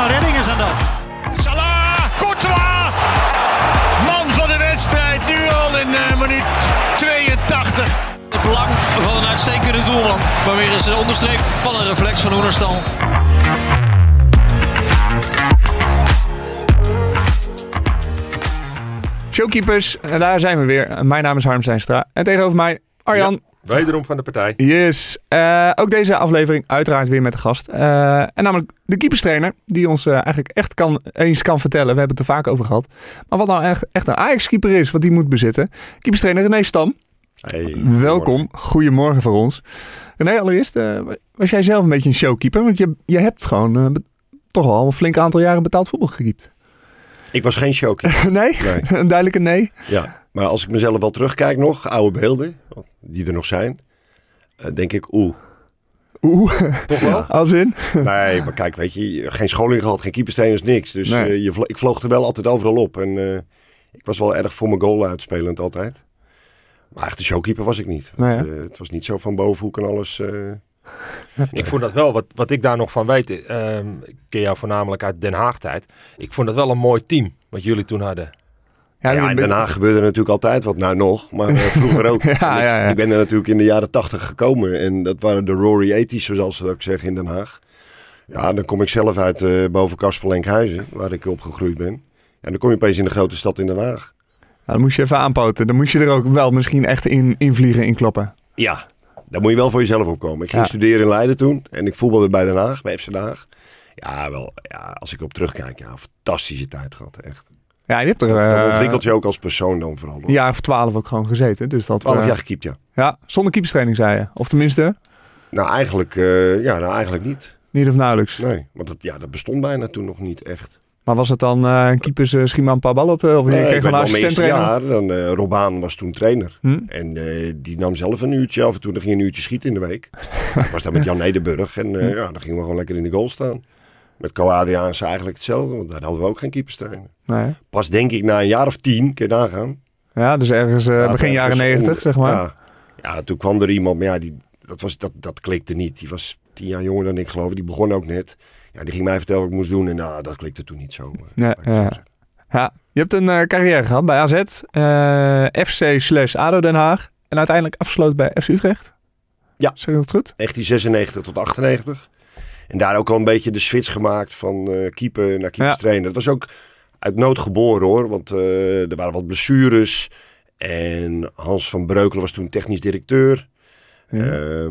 een redding is aan dat. Salah, Courtois! Man van de wedstrijd, nu al in minuut 82. Het belang van een uitstekende doelman. Maar weer eens onderstreept van een reflex van Oenerstal. Showkeepers, en daar zijn we weer. Mijn naam is Harm Zijnstra. En tegenover mij Arjan. Ja, wederom van de partij. Yes. Ook deze aflevering uiteraard weer met de gast. En namelijk de keeperstrainer. Die ons eigenlijk echt eens kan vertellen. We hebben het er vaak over gehad. Maar wat nou echt een Ajax-keeper is. Wat die moet bezitten. Keeperstrainer René Stam. Hey, welkom. Goedemorgen voor ons. René, allereerst. Was jij zelf een beetje een showkeeper? Want je hebt gewoon toch al een flink aantal jaren betaald voetbal gekiept. Ik was geen showkeeper. Nee? Een duidelijke nee? Ja, maar als ik mezelf wel terugkijk nog, oude beelden, die er nog zijn, denk ik Toch wel? Ja. Als in? Nee, maar kijk, weet je, geen scholing gehad, geen keeperstrainers, niks. Dus nee. Ik vloog er wel altijd overal op. En ik was wel erg voor mijn goal uitspelend altijd. Maar echt de showkeeper was ik niet. Nee, het was niet zo van bovenhoek en alles. Ik vond dat wel, wat ik daar nog van weet, ik ken jou voornamelijk uit Den Haag tijd. Ik vond dat wel een mooi team, wat jullie toen hadden. Ja, in Den Haag gebeurde natuurlijk altijd wat, nou nog, maar vroeger ook. Ja. Ik ben er natuurlijk in de jaren 80 gekomen en dat waren de Rory 80's, zoals ze ook zeggen in Den Haag. Ja, dan kom ik zelf uit boven Kasperlenkhuizen, waar ik opgegroeid ben. En dan kom je opeens in de grote stad in Den Haag. Ja, dan moest je even aanpoten. Dan moest je er ook wel misschien echt in vliegen, in kloppen. Ja, daar moet je wel voor jezelf opkomen. Ik ging studeren in Leiden toen en ik voetbalde bij Den Haag, bij FC Den Haag. Ja, als ik op terugkijk, fantastische tijd gehad, echt. Ja, je hebt er... Dan ontwikkelt je ook als persoon dan vooral. Een jaar of 12 ook gewoon gezeten. Dus dat, 12 jaar gekiept, ja. Ja, zonder keeperstraining zei je. Of tenminste... Nou, eigenlijk niet. Niet of nauwelijks. Nee, want dat bestond bijna toen nog niet echt. Maar was het dan keepers schiet maar een paar ballen op? Of je kreeg gewoon een assistent-trainer? Ja, Robaan was toen trainer. En die nam zelf een uurtje af en toe. Dan ging een uurtje schieten in de week. Ik was daar met Jan Nederburg. En dan gingen we gewoon lekker in de goal staan. Met Co Adriaanse eigenlijk hetzelfde. Want daar hadden we ook geen keeperstrainer. Nee. Pas denk ik na een jaar of 10, kun je nagaan. Ja, dus ergens begin jaren 90, zeg maar. Ja, toen kwam er iemand. Maar ja, dat klikte niet. Die was 10 jaar jonger dan ik geloof ik. Die begon ook net. Ja, die ging mij vertellen wat ik moest doen. En dat klikte toen niet zo. Ja, je hebt een carrière gehad bij AZ. FC/ADO Den Haag. En uiteindelijk afgesloten bij FC Utrecht. Ja. Zeg je dat goed? 1996 tot 98. En daar ook al een beetje de switch gemaakt van keeper naar keeperstrainer. Dat was ook uit nood geboren hoor. Want er waren wat blessures. En Hans van Breukelen was toen technisch directeur. Ja.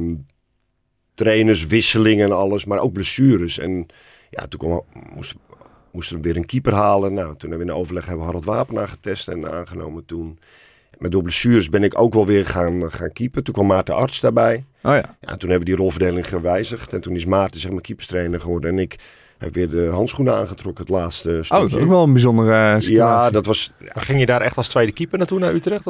Trainerswisselingen en alles. Maar ook blessures. En ja, toen moesten we weer een keeper halen. Nou, toen hebben we in overleg Harold Wapenaar getest en aangenomen toen. Maar door blessures ben ik ook wel weer gaan keepen. Toen kwam Maarten Arts daarbij. Oh ja. Ja, toen hebben we die rolverdeling gewijzigd. En toen is Maarten zeg maar keeperstrainer geworden. En ik heb weer de handschoenen aangetrokken het laatste stukje. Oh, dat is ook wel een bijzondere situatie. Ja, dat was... Ja. Maar ging je daar echt als tweede keeper naartoe naar Utrecht?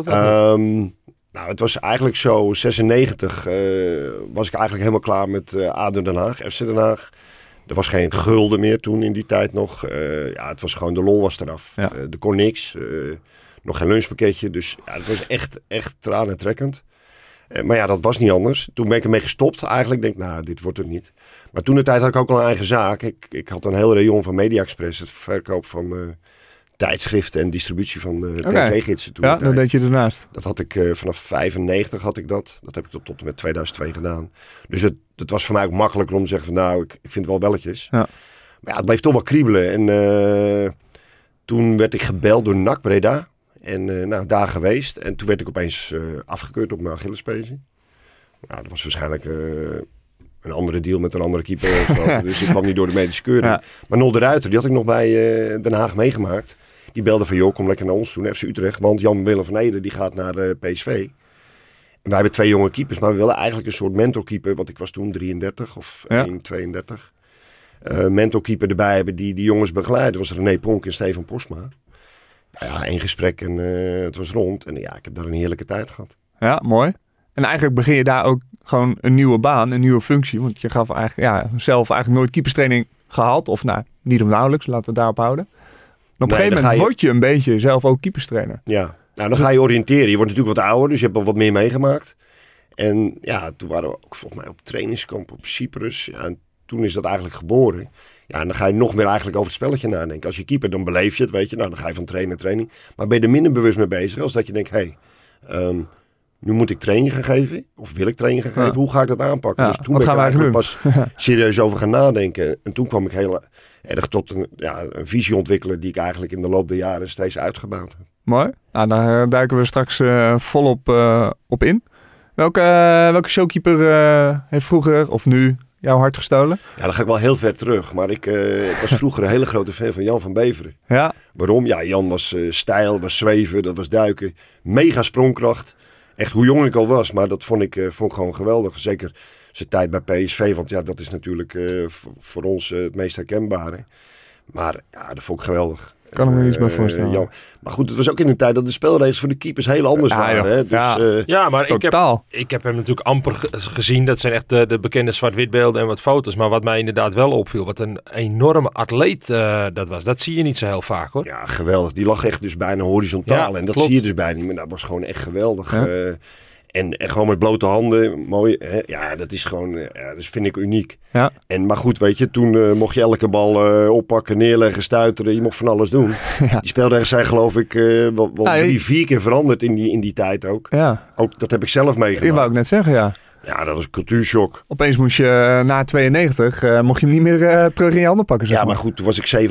Nou, het was eigenlijk zo, 96 was ik eigenlijk helemaal klaar met ADO Den Haag, FC Den Haag. Er was geen gulden meer toen in die tijd nog. Het was gewoon, de lol was eraf. Ja. Er kon niks. Nog geen lunchpakketje. Dus ja, het was echt tranentrekkend. Maar ja, dat was niet anders. Toen ben ik ermee gestopt. Eigenlijk denk ik, dit wordt het niet. Maar toen de tijd had ik ook al een eigen zaak. Ik had een heel rayon van Media Express. Het verkoop van tijdschriften en distributie van tv-gidsen. Toen dat deed je ernaast. Dat had ik vanaf 95 had ik dat. Dat heb ik tot en met 2002 gedaan. Dus het was voor mij ook makkelijker om te zeggen van ik vind wel belletjes. Ja. Maar ja, het bleef toch wel kriebelen. En toen werd ik gebeld door NAC Breda. En daar geweest. En toen werd ik opeens afgekeurd op mijn Achillespees. Nou, dat was waarschijnlijk een andere deal met een andere keeper. Dus ik kwam niet door de medische keuring. Ja. Maar Nol de Ruiter, die had ik nog bij Den Haag meegemaakt. Die belde van, joh, kom lekker naar ons toen, FC Utrecht. Want Jan-Willem van Ede, die gaat naar PSV. En wij hebben 2 jonge keepers. Maar we wilden eigenlijk een soort mentorkeeper. Want ik was toen 33 of 32. Mentorkeeper erbij hebben die jongens begeleiden. Dat was René Pronk en Stefan Postma. Ja, 1 gesprek en het was rond. En ja, ik heb daar een heerlijke tijd gehad. Ja, mooi. En eigenlijk begin je daar ook gewoon een nieuwe baan, een nieuwe functie. Want je gaf eigenlijk zelf eigenlijk nooit keeperstraining gehad. Of niet of nauwelijks, laten we het daarop houden. En op een gegeven moment word je een beetje zelf ook keeperstrainer. Ja, nou dan ga je oriënteren. Je wordt natuurlijk wat ouder, dus je hebt al wat meer meegemaakt. En ja, toen waren we ook volgens mij op trainingskamp op Cyprus. Ja, en toen is dat eigenlijk geboren. Ja, en dan ga je nog meer eigenlijk over het spelletje nadenken. Als je keeper, dan beleef je het, weet je. Nou, dan ga je van training naar training. Maar ben je er minder bewust mee bezig als dat je denkt, nu moet ik training gaan geven. Of wil ik training gaan geven? Hoe ga ik dat aanpakken? Ja, dus toen ben ik er eigenlijk pas serieus over gaan nadenken. En toen kwam ik heel erg tot een visie ontwikkelen die ik eigenlijk in de loop der jaren steeds uitgebouwd heb. Mooi. Nou, daar duiken we straks volop op in. Welke showkeeper heeft vroeger of nu jouw hart gestolen? Ja, dan ga ik wel heel ver terug. Maar ik was vroeger een hele grote fan van Jan van Beveren. Ja. Waarom? Ja, Jan was stijl, was zweven, dat was duiken. Mega sprongkracht. Echt hoe jong ik al was, maar dat vond ik gewoon geweldig. Zeker zijn tijd bij PSV, want ja, dat is natuurlijk voor ons het meest herkenbare. Maar ja, dat vond ik geweldig. Kan ik me iets bij voorstellen. Ja. Maar goed, het was ook in een tijd dat de spelregels voor de keepers heel anders waren. Hè? Dus, maar totaal. Ik heb hem natuurlijk amper gezien. Dat zijn echt de bekende zwart-wit beelden en wat foto's. Maar wat mij inderdaad wel opviel, wat een enorme atleet dat was. Dat zie je niet zo heel vaak, hoor. Ja, geweldig. Die lag echt dus bijna horizontaal. En dat zie je dus bijna niet meer. Dat was gewoon echt geweldig. Ja. En gewoon met blote handen, mooi. Hè? Ja, dat is gewoon, dat vind ik uniek. Ja. Maar goed, weet je, toen mocht je elke bal oppakken, neerleggen, stuiteren. Je mocht van alles doen. Ja. Die spelregels zijn geloof ik wel 3-4 keer veranderd in die tijd ook. Ja. Ook. Dat heb ik zelf meegemaakt. Dat wou ik net zeggen, ja. Ja, dat was een cultuurshock. Opeens moest je na 92, mocht je hem niet meer terug in je handen pakken. Zeg maar goed, toen was ik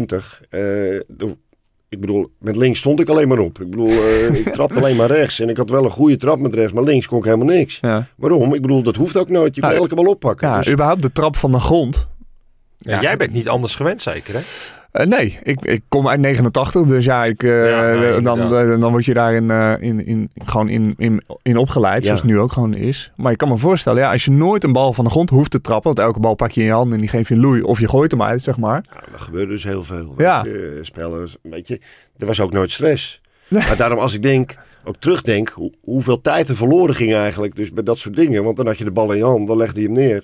7,28. Ik bedoel, met links stond ik alleen maar op. Ik bedoel, ik trapte alleen maar rechts. En ik had wel een goede trap met rechts, maar links kon ik helemaal niks. Ja. Waarom? Ik bedoel, dat hoeft ook nooit. Je kan elke bal oppakken. Ja, dus überhaupt de trap van de grond. Ja, jij bent niet anders gewend zeker, hè? Nee, ik kom uit 89, dus ja, dan word je daarin gewoon in opgeleid, zoals het nu ook gewoon is. Maar je kan me voorstellen, ja, als je nooit een bal van de grond hoeft te trappen, want elke bal pak je in je handen en die geef je een loei, of je gooit hem uit, zeg maar. Ja, dat gebeurde dus heel veel. Spelers, weet je, er was ook nooit stress. Maar daarom als ik terugdenk, hoeveel tijd er verloren ging eigenlijk, dus bij dat soort dingen. Want dan had je de bal in je hand, dan legde je hem neer.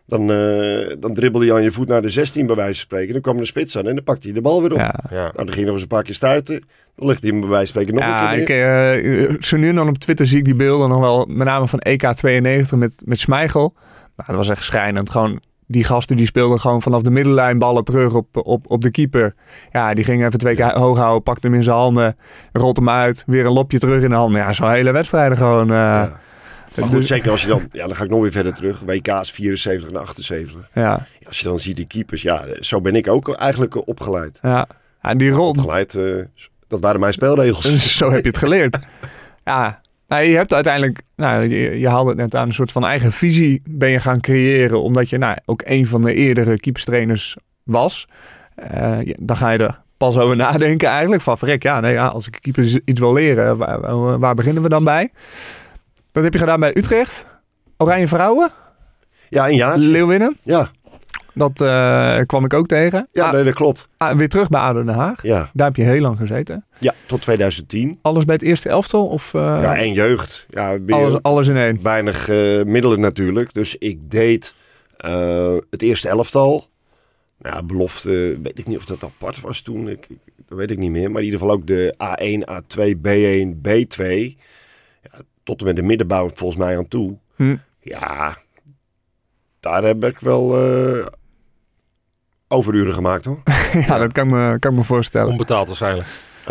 Dan dribbelde je aan je voet naar de 16 bij wijze van spreken. Dan kwam de spits aan en dan pakte hij de bal weer op. Ja. Nou, dan ging je nog eens een paar keer stuiten. Dan legde hij hem bij wijze van spreken nog een keer neer. Zo nu en dan op Twitter zie ik die beelden nog wel. Met name van EK92 met Schmeichel. Nou, dat was echt schrijnend. Gewoon, die gasten die speelden gewoon vanaf de middenlijn ballen terug op de keeper. Ja, die ging even 2 keer hoog houden. Pakte hem in zijn handen. Rolt hem uit. Weer een lopje terug in de handen. Ja, zo'n hele wedstrijden gewoon... Maar goed, zeker als je dan ga ik nog weer verder terug. WK's 74 en 78. Ja. Als je dan ziet die keepers, zo ben ik ook eigenlijk opgeleid. Ja, en die rol... Opgeleid, dat waren mijn spelregels. Zo heb je het geleerd. Ja, nou, je hebt uiteindelijk, je haalde het net aan, een soort van eigen visie ben je gaan creëren. Omdat je ook een van de eerdere keeperstrainers was. Dan ga je er pas over nadenken eigenlijk. Van verrek, als ik keepers iets wil leren, waar beginnen we dan bij? Dat heb je gedaan bij Utrecht. Oranje Vrouwen. Ja, een jaar. Leeuwinnen. Ja. Dat kwam ik ook tegen. Ja, nee, dat klopt. Weer terug bij ADO Den Haag. Ja. Daar heb je heel lang gezeten. Ja, tot 2010. Alles bij het eerste elftal? Of, ja, en jeugd. Ja, alles in één. Weinig middelen natuurlijk. Dus ik deed het eerste elftal. Nou, belofte, weet ik niet of dat apart was toen. Dat weet ik niet meer. Maar in ieder geval ook de A1, A2, B1, B2... tot en met de middenbouw volgens mij aan toe. Ja, daar heb ik wel overuren gemaakt hoor. Ja, dat kan ik me voorstellen. Onbetaald waarschijnlijk.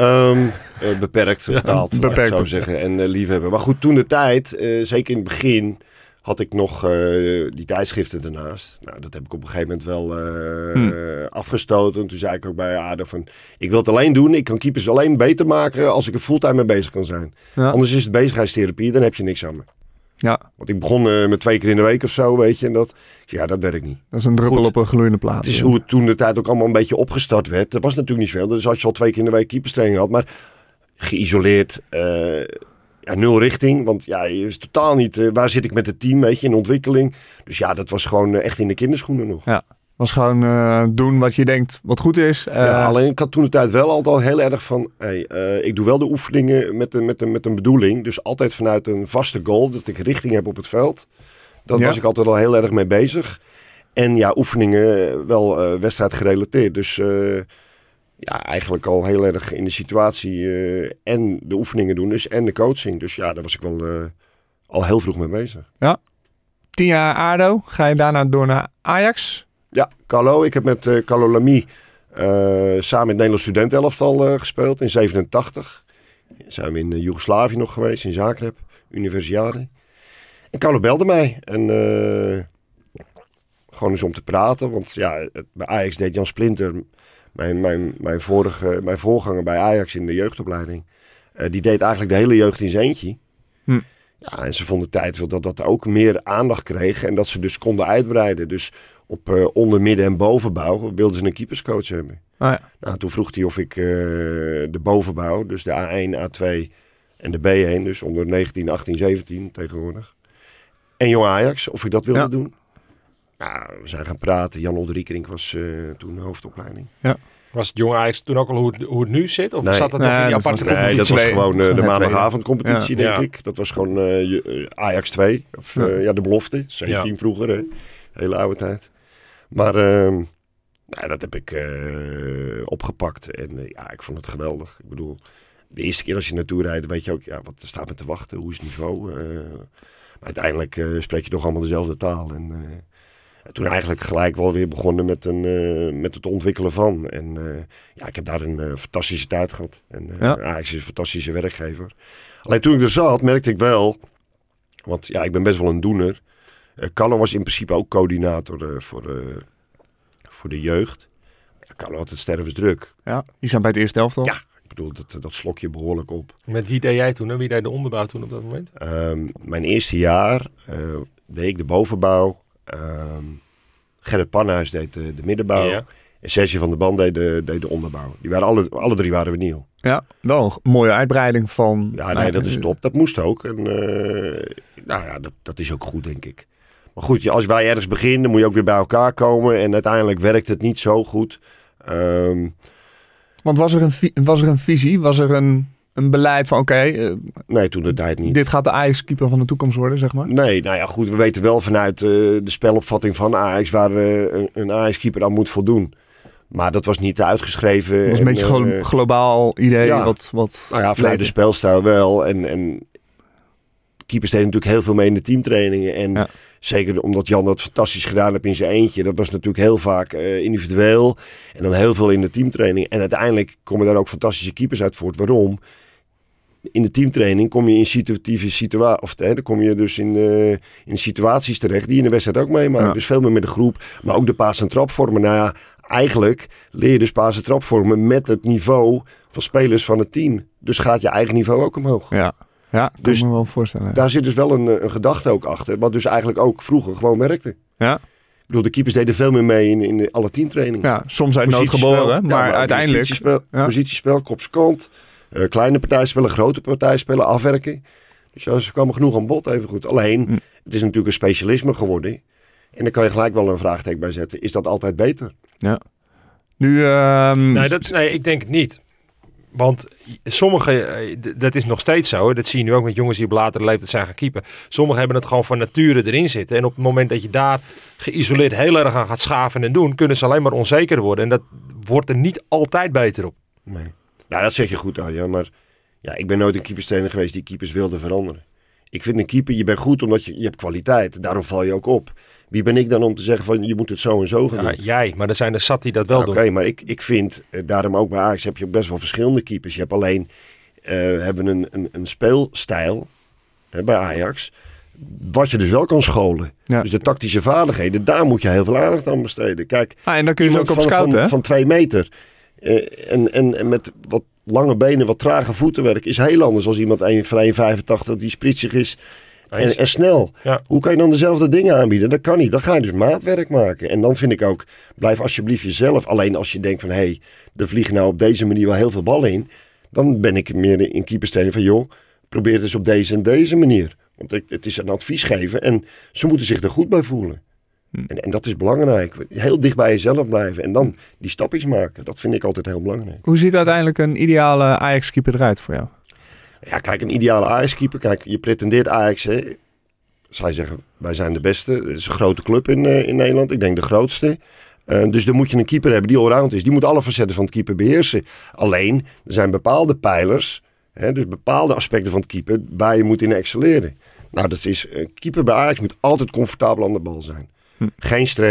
Beperkt betaald, zou ik zo zeggen. En liefhebben. Maar goed, toen de tijd, zeker in het begin, had ik nog die tijdschriften ernaast. Nou, dat heb ik op een gegeven moment wel afgestoten. Toen zei ik ook bij ADO van, ik wil het alleen doen. Ik kan keepers alleen beter maken als ik er fulltime mee bezig kan zijn. Ja. Anders is het bezigheidstherapie, dan heb je niks aan me. Ja. Want ik begon met 2 keer in de week of zo, weet je. En dat werkt niet. Dat is een druppel op een gloeiende plaat. Het is hoe het toen de tijd ook allemaal een beetje opgestart werd. Dat was natuurlijk niet veel. Dus als je al 2 keer in de week keeperstraining had, maar geïsoleerd... nul richting, want je is totaal niet... waar zit ik met het team, weet je, in ontwikkeling. Dus ja, dat was gewoon echt in de kinderschoenen nog. Ja, was gewoon doen wat je denkt wat goed is. Alleen ik had toen de tijd wel altijd heel erg van... ik doe wel de oefeningen met een bedoeling. Dus altijd vanuit een vaste goal, dat ik richting heb op het veld. Dat was ik altijd al heel erg mee bezig. En ja, oefeningen wel wedstrijd gerelateerd. Dus... eigenlijk al heel erg in de situatie en de oefeningen doen dus en de coaching. Dus ja, daar was ik wel al heel vroeg mee bezig. Ja. 10 jaar ADO. Ga je daarna door naar Ajax. Ja, Carlo. Ik heb met Carlo Lamy samen in het Nederlands studentenelftal gespeeld in 87. Zijn we in Joegoslavië nog geweest, in Zagreb, Universiade. En Carlo belde mij. En gewoon eens om te praten. Want ja, bij Ajax deed Jan Splinter, mijn voorganger bij Ajax in de jeugdopleiding. Die deed eigenlijk de hele jeugd in zijn eentje. Ja, en ze vonden tijd wel dat ook meer aandacht kreeg. En dat ze dus konden uitbreiden. Dus op onder, midden en bovenbouw wilden ze een keeperscoach hebben. Oh ja. Nou, toen vroeg hij of ik de bovenbouw, dus de A1, A2 en de B1, dus onder 19, 18, 17 tegenwoordig. En Jong Ajax, of ik dat wilde doen. Nou, we zijn gaan praten. Jan Olderiekerink was toen hoofdopleiding. Ja. Was het Jong Ajax toen ook al hoe het nu zit? Of zat dat nog in die aparte competitie? Nee, dat was gewoon de maandagavondcompetitie, denk ik. Dat was gewoon Ajax 2. Of de belofte. C-team vroeger, hè. Hele oude tijd. Maar dat heb ik opgepakt. En ik vond het geweldig. Ik bedoel, de eerste keer als je naartoe rijdt, weet je ook, wat er staat me te wachten. Hoe is het niveau? Maar uiteindelijk spreek je toch allemaal dezelfde taal. En toen eigenlijk gelijk wel weer begonnen met het ontwikkelen van. En ik heb daar een fantastische tijd gehad. En Ajax is een fantastische werkgever. Alleen toen ik er zat, merkte ik wel, want ik ben best wel een doener. Carlo was in principe ook coördinator voor de jeugd. Carlo had het stervensdruk. Ja, die zijn bij het eerste elftal. Ja, ik bedoel, dat slok je behoorlijk op. Met wie deed jij toen? En wie deed de onderbouw toen op dat moment? Mijn eerste jaar deed ik de bovenbouw. Gerrit Panhuis deed de middenbouw. Ja. En Serge van der Ban deed de onderbouw. Die waren alle drie waren we nieuw. Ja, wel een mooie uitbreiding van... Ja, nee, dat is top. Dat moest ook. En dat is ook goed, denk ik. Maar goed, als wij ergens beginnen, moet je ook weer bij elkaar komen. En uiteindelijk werkt het niet zo goed. Want was er een visie? Was er een beleid van nee, toen de tijd niet. Dit gaat de Ajax-keeper van de toekomst worden, zeg maar? Nee, goed, we weten wel vanuit de spelopvatting van Ajax waar een Ajax-keeper aan moet voldoen. Maar dat was niet uitgeschreven. Dat was een beetje gewoon een globaal idee. Ja, vanuit de spelstijl wel. En keepers deden natuurlijk heel veel mee in de teamtrainingen. En zeker omdat Jan dat fantastisch gedaan heeft in zijn eentje. Dat was natuurlijk heel vaak individueel. En dan heel veel in de teamtraining. En uiteindelijk komen daar ook fantastische keepers uit voort. Waarom? In de teamtraining kom je in situatieve situaties. Of dan kom je dus in situaties terecht die je in de wedstrijd ook meemaakt. Ja. Dus veel meer met de groep. Maar ook de paas- en trapvormen. Nou ja, eigenlijk leer je dus paas- en trapvormen met het niveau van spelers van het team. Dus gaat je eigen niveau ook omhoog. Ja. Ja, kan dus me wel voorstellen. Daar zit dus wel een gedachte ook achter. Wat dus eigenlijk ook vroeger gewoon werkte. Ja. Ik bedoel, de keepers deden veel meer mee in alle teamtrainingen. Ja, soms uit nood geboren, maar uiteindelijk... Positiespel, kopskant, kleine partijspellen, grote partijspellen, afwerken. Dus ze kwamen genoeg aan bod, even goed. Alleen, het is natuurlijk een specialisme geworden. En daar kan je gelijk wel een vraagteken bij zetten. Is dat altijd beter? Ja. Nu... Nee, ik denk het niet. Want sommige, dat is nog steeds zo, dat zie je nu ook met jongens die op latere leeftijd zijn gaan keepen. Sommigen hebben het gewoon van nature erin zitten. En op het moment dat je daar geïsoleerd heel erg aan gaat schaven en doen, kunnen ze alleen maar onzeker worden. En dat wordt er niet altijd beter op. Nee. Nou, dat zeg je goed, Arjan. Maar ik ben nooit een keeperstrainer geweest die keepers wilde veranderen. Ik vind een keeper, je bent goed omdat je hebt kwaliteit. Daarom val je ook op. Wie ben ik dan om te zeggen van je moet het zo en zo gaan doen? Jij, maar er zijn er zat die dat wel doen. Oké, maar ik vind, daarom ook bij Ajax heb je best wel verschillende keepers. Je hebt alleen, hebben een speelstijl bij Ajax, wat je dus wel kan scholen. Ja. Dus de tactische vaardigheden, daar moet je heel veel aandacht aan besteden. Kijk, en dan kun je ze ook op scouten, van 2 meter en met wat lange benen, wat trage voetenwerk is heel anders als iemand 1,85 die spritsig is en snel. Ja. Hoe kan je dan dezelfde dingen aanbieden? Dat kan niet. Dan ga je dus maatwerk maken. En dan vind ik ook, blijf alsjeblieft jezelf. Alleen als je denkt van, er vliegen nou op deze manier wel heel veel ballen in. Dan ben ik meer in keeperstraining van, joh, probeer het eens op deze en deze manier. Want het is een advies geven en ze moeten zich er goed bij voelen. En dat is belangrijk. Heel dicht bij jezelf blijven en dan die stapjes maken. Dat vind ik altijd heel belangrijk. Hoe ziet uiteindelijk een ideale Ajax-keeper eruit voor jou? Ja, kijk, een ideale Ajax-keeper. Kijk, je pretendeert Ajax, hè. Zij zeggen, wij zijn de beste. Het is een grote club in Nederland. Ik denk de grootste. Dus dan moet je een keeper hebben die allround is. Die moet alle facetten van het keeper beheersen. Alleen, er zijn bepaalde pijlers, dus bepaalde aspecten van het keeper waar je moet in excelleren. Nou, dat is, een keeper bij Ajax moet altijd comfortabel aan de bal zijn. Geen stress,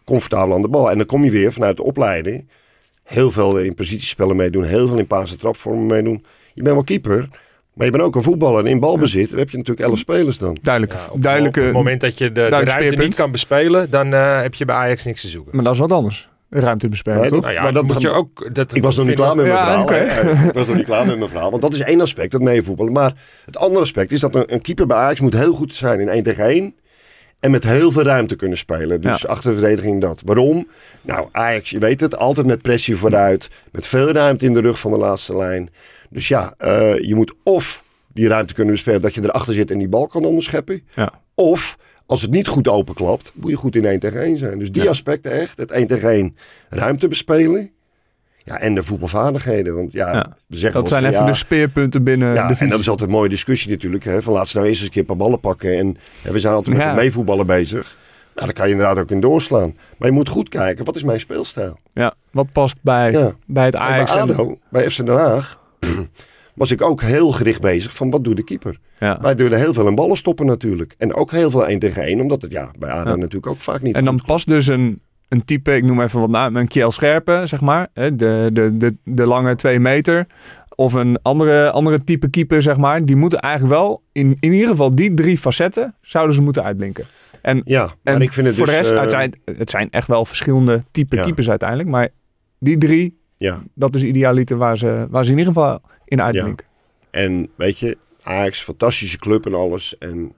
comfortabel aan de bal. En dan kom je weer vanuit de opleiding. Heel veel in positiespellen meedoen. Heel veel in paas- en trapvormen meedoen. Je bent wel keeper. Maar je bent ook een voetballer. En in balbezit dan heb je natuurlijk 11 spelers dan. Duidelijk. Op het moment dat je de ruimte niet kan bespelen, dan heb je bij Ajax niks te zoeken. Maar dat is wat anders. Ruimte bespelen, Nee, toch? Nou ja, maar dat moet je ook... Ik was nog niet klaar met mijn verhaal. oké. Ik was nog niet klaar met mijn verhaal. Want dat is één aspect, dat meevoetballen. Maar het andere aspect is dat een keeper bij Ajax moet heel goed zijn in 1 tegen 1. En met heel veel ruimte kunnen spelen. Dus achter de verdediging dat. Waarom? Nou, Ajax, je weet het, altijd met pressie vooruit. Met veel ruimte in de rug van de laatste lijn. Dus ja, je moet of die ruimte kunnen bespelen dat je erachter zit en die bal kan onderscheppen. Ja. Of, als het niet goed openklapt, moet je goed in 1 tegen 1 zijn. Dus die aspecten echt, het 1 tegen 1 ruimte bespelen. Ja, en de voetbalvaardigheden. Want we zeggen dat zijn even de speerpunten binnen de divisie. En dat is altijd een mooie discussie natuurlijk. Hè, van laten ze nou eerst eens een keer een paar ballen pakken. En we zijn altijd met het meevoetballen bezig. Nou, daar kan je inderdaad ook in doorslaan. Maar je moet goed kijken, wat is mijn speelstijl? Ja, wat past bij het Ajax? Bij ADO, bij FC Den Haag, was ik ook heel gericht bezig van wat doet de keeper. Ja. Wij deden heel veel in ballen stoppen natuurlijk. En ook heel veel 1 tegen 1, omdat het bij ADO natuurlijk ook vaak niet en dan past dus een type, ik noem even wat naam, een Kjell Scherpen, zeg maar. De lange 2 meter. Of een andere type keeper, zeg maar. Die moeten eigenlijk wel, in ieder geval die 3 facetten, zouden ze moeten uitblinken. Maar ik vind het voor dus, de rest, het zijn echt wel verschillende type keepers uiteindelijk. Maar die 3, dat is idealiter waar ze in ieder geval in uitblinken. Ja. En weet je, Ajax, fantastische club en alles. En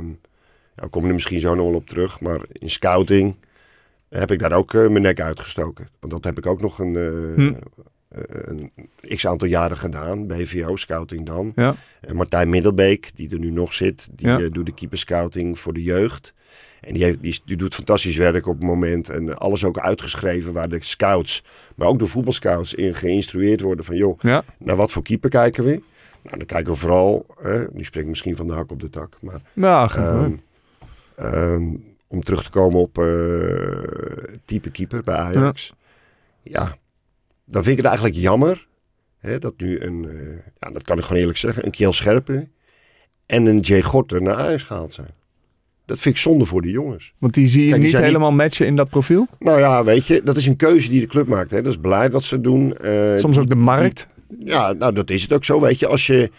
we komen er misschien zo nog wel op terug. Maar in scouting heb ik daar ook mijn nek uitgestoken. Want dat heb ik ook nog een x-aantal jaren gedaan. BVO scouting dan. Ja. En Martijn Middelbeek, die er nu nog zit. Die doet de keeperscouting voor de jeugd. En die doet fantastisch werk op het moment. En alles ook uitgeschreven waar de scouts, maar ook de voetbalscouts in geïnstrueerd worden. Van joh, naar wat voor keeper kijken we? Nou, dan kijken we vooral, nu spreek ik misschien van de hak op de tak. Maar om terug te komen op type keeper bij Ajax. Ja, dan vind ik het eigenlijk jammer. Dat nu dat kan ik gewoon eerlijk zeggen, een Kjell Scherpen en een Jay Gorter naar Ajax gehaald zijn. Dat vind ik zonde voor die jongens. Want die zie je niet helemaal matchen in dat profiel? Nou ja, weet je, dat is een keuze die de club maakt. Hè. Dat is beleid wat ze doen. Soms ook de markt. Nou dat is het ook zo. Weet je, als je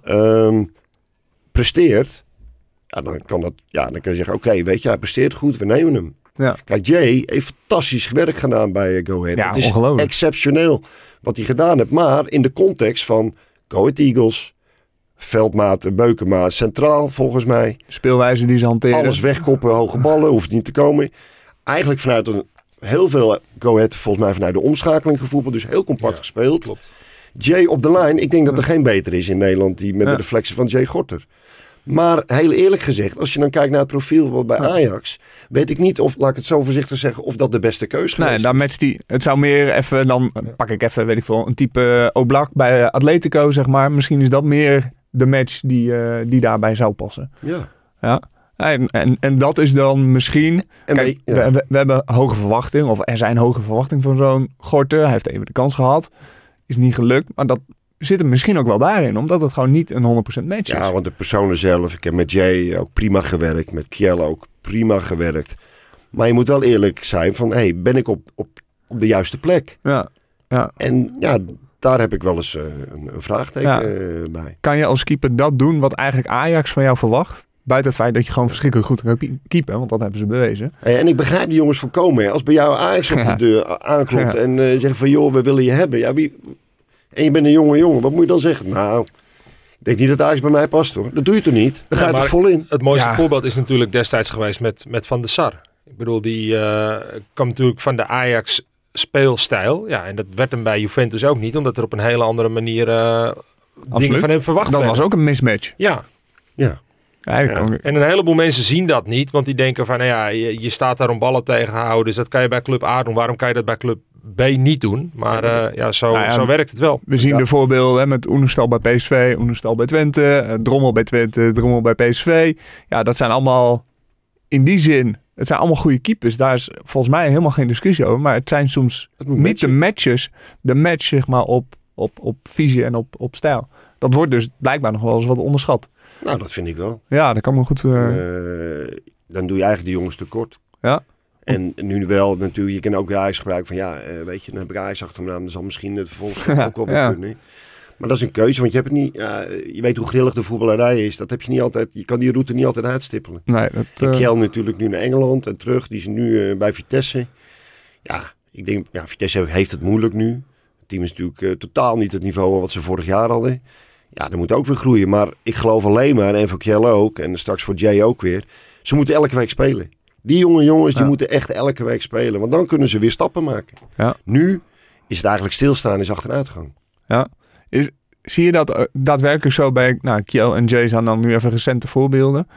presteert, dan kan je zeggen, oké, weet je, hij presteert goed, we nemen hem. Ja. Kijk, Jay heeft fantastisch werk gedaan bij Go Ahead. Ja, het is ongelooflijk. Exceptioneel wat hij gedaan heeft. Maar in de context van Go Ahead Eagles, Veldmaat, Beukema, centraal volgens mij. Speelwijze die ze hanteren. Alles wegkoppen, hoge ballen, hoeft niet te komen. Eigenlijk vanuit heel veel Go Ahead, volgens mij vanuit de omschakeling gevoetbald. Dus heel compact gespeeld. Klopt. Jay op de lijn, ik denk dat er geen beter is in Nederland die met de reflexen van Jay Gorter. Maar heel eerlijk gezegd, als je dan kijkt naar het profiel bij Ajax, weet ik niet of, laat ik het zo voorzichtig zeggen, of dat de beste keuze geweest is. Nee, dan matcht die. Het zou meer even, dan pak ik even, weet ik veel, een type Oblak bij Atletico, zeg maar. Misschien is dat meer de match die daarbij zou passen. Ja. En dat is dan misschien... Kijk, we hebben hoge verwachting, of er zijn hoge verwachtingen van zo'n Gorter. Hij heeft even de kans gehad. Is niet gelukt, maar dat zit hem misschien ook wel daarin, omdat het gewoon niet een 100% match is. Ja, want de personen zelf, ik heb met Jay ook prima gewerkt, met Kjell ook prima gewerkt. Maar je moet wel eerlijk zijn van, ben ik op de juiste plek? Ja. En daar heb ik wel eens een vraagteken bij. Kan je als keeper dat doen wat eigenlijk Ajax van jou verwacht? Buiten het feit dat je gewoon verschrikkelijk goed kan keepen, want dat hebben ze bewezen. En ik begrijp die jongens volkomen. Als bij jou Ajax op de deur aanklopt en zegt van joh, we willen je hebben. Ja, en je bent een jonge jongen, wat moet je dan zeggen? Nou, ik denk niet dat Ajax bij mij past hoor. Dat doe je toch niet? Daar ga je toch vol in? Het mooiste voorbeeld is natuurlijk destijds geweest met Van der Sar. Ik bedoel, die kwam natuurlijk van de Ajax speelstijl. Ja, en dat werd hem bij Juventus ook niet, omdat er op een hele andere manier dingen van hem verwacht werden. Dat was ook een mismatch. Ja. En een heleboel mensen zien dat niet, want die denken van, je staat daar om ballen tegen te houden, dus dat kan je bij Club A doen. Waarom kan je dat bij Club B niet doen? Maar zo werkt het wel. We zien de voorbeelden met Oenestal bij PSV, Oenestal bij Twente, Drommel bij Twente, Drommel bij PSV. Ja, dat zijn allemaal in die zin, het zijn allemaal goede keepers. Daar is volgens mij helemaal geen discussie over, maar het zijn soms niet de matches, de match zeg maar op visie en op stijl. Dat wordt dus blijkbaar nog wel eens wat onderschat. Nou, dat vind ik wel. Ja, dat kan me goed... Dan doe je eigenlijk de jongens tekort. Ja. En nu wel natuurlijk, je kan ook de Ajax gebruiken van weet je, dan heb ik Ajax achter me aan. Dan zal misschien het vervolgens ook wel weer kunnen. Maar dat is een keuze, want je hebt het niet. Je weet hoe grillig de voetballerij is. Dat heb je niet altijd. Je kan die route niet altijd uitstippelen. Nee, Kjell natuurlijk nu naar Engeland en terug. Die is nu bij Vitesse. Ja, ik denk, Vitesse heeft het moeilijk nu. Het team is natuurlijk totaal niet het niveau wat ze vorig jaar hadden. Ja, dat moet ook weer groeien. Maar ik geloof alleen maar, en voor Kjell ook, en straks voor Jay ook weer. Ze moeten elke week spelen. Die jonge jongens, die moeten echt elke week spelen. Want dan kunnen ze weer stappen maken. Ja. Nu is het eigenlijk stilstaan, is achteruitgang. Ja. Zie je dat daadwerkelijk zo bij Kjell en Jay zijn dan nu even recente voorbeelden?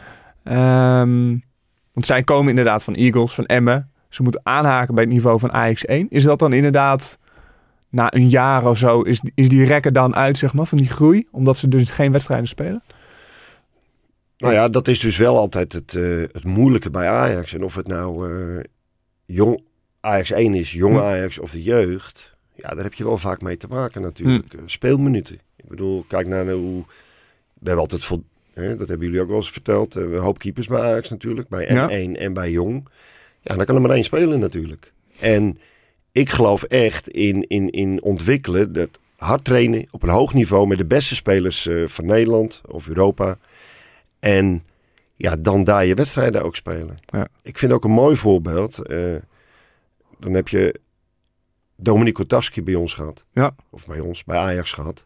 Want zij komen inderdaad van Eagles, van Emmen. Ze moeten aanhaken bij het niveau van Ajax 1. Is dat dan inderdaad na een jaar of zo, is die rekker dan uit, zeg maar, van die groei? Omdat ze dus geen wedstrijden spelen? Nou ja, dat is dus wel altijd het moeilijke bij Ajax. En of het nou jong Ajax 1 is, jong Ajax of de jeugd. Ja, daar heb je wel vaak mee te maken natuurlijk. Speelminuten. Ik bedoel, kijk naar hoe... We hebben altijd dat hebben jullie ook wel eens verteld. We hoop keepers bij Ajax natuurlijk. Bij M1 en bij Jong. Ja, dan kan er maar één spelen natuurlijk. En ik geloof echt in ontwikkelen. Dat hard trainen op een hoog niveau met de beste spelers van Nederland of Europa. En dan daar je wedstrijden ook spelen. Ja. Ik vind ook een mooi voorbeeld. Dan heb je Dominique Kotarski bij ons gehad. Ja. Of bij Ajax gehad.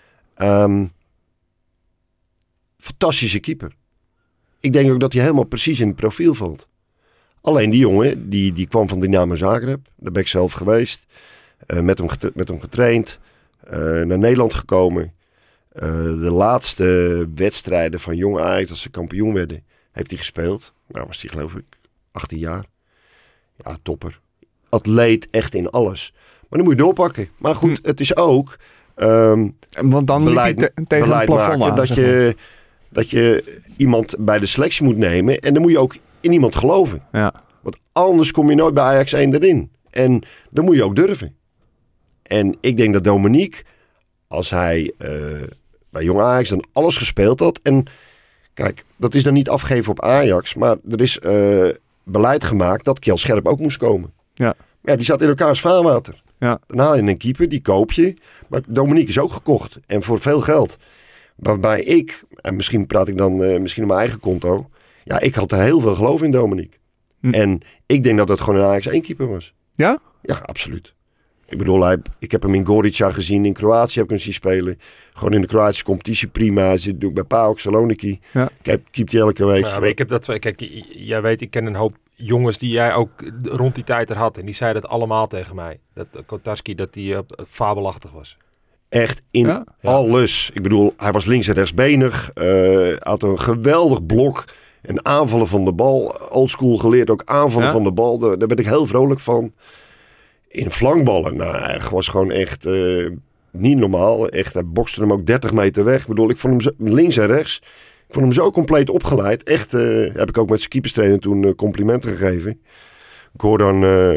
Fantastische keeper. Ik denk ook dat hij helemaal precies in het profiel valt. Alleen die jongen, die kwam van Dynamo Zagreb. Daar ben ik zelf geweest. Met hem getraind. Naar Nederland gekomen. De laatste wedstrijden van Jong Ajax, als ze kampioen werden, heeft hij gespeeld. Nou was hij geloof ik 18 jaar. Ja, topper. Atleet echt in alles. Maar dan moet je doorpakken. Maar goed, het is ook want dan beleid tegen het plafond maken, dat je iemand bij de selectie moet nemen. En dan moet je ook in iemand geloven. Ja. Want anders kom je nooit bij Ajax 1 erin. En dan moet je ook durven. En ik denk dat Dominique, als hij bij Jong Ajax dan alles gespeeld had. En kijk, dat is dan niet afgeven op Ajax. Maar er is beleid gemaakt dat Kjell Scherp ook moest komen. Ja. Ja, die zat in elkaars vaarwater. Ja. Dan haal je een keeper, die koop je. Maar Dominique is ook gekocht. En voor veel geld. Waarbij ik, en misschien praat ik dan misschien op mijn eigen konto. Ja, ik had er heel veel geloof in Dominique. En ik denk dat het gewoon een Ajax 1 keeper was. Ja? Ja, absoluut. Ik bedoel, ik heb hem in Gorica gezien. In Kroatië heb ik hem zien spelen. Gewoon in de Kroatische competitie prima. Hij zit ook bij PAOK Saloniki. Ja. Keept hij elke week. Nou, ik heb dat. Kijk, jij weet, ik ken een hoop jongens die jij ook rond die tijd er had. En die zeiden het allemaal tegen mij. Dat Kotarski, dat hij fabelachtig was. Echt in alles. Ik bedoel, hij was links en rechtsbenig. Had een geweldig blok. En aanvallen van de bal. Oldschool geleerd ook aanvallen van de bal. Daar ben ik heel vrolijk van. In flankballen. Nou, hij was gewoon echt niet normaal. Echt, hij bokste hem ook 30 meter weg. Ik bedoel, ik vond hem links en rechts. Ik vond hem zo compleet opgeleid. Echt, heb ik ook met zijn keeperstrainer toen complimenten gegeven. Gordon,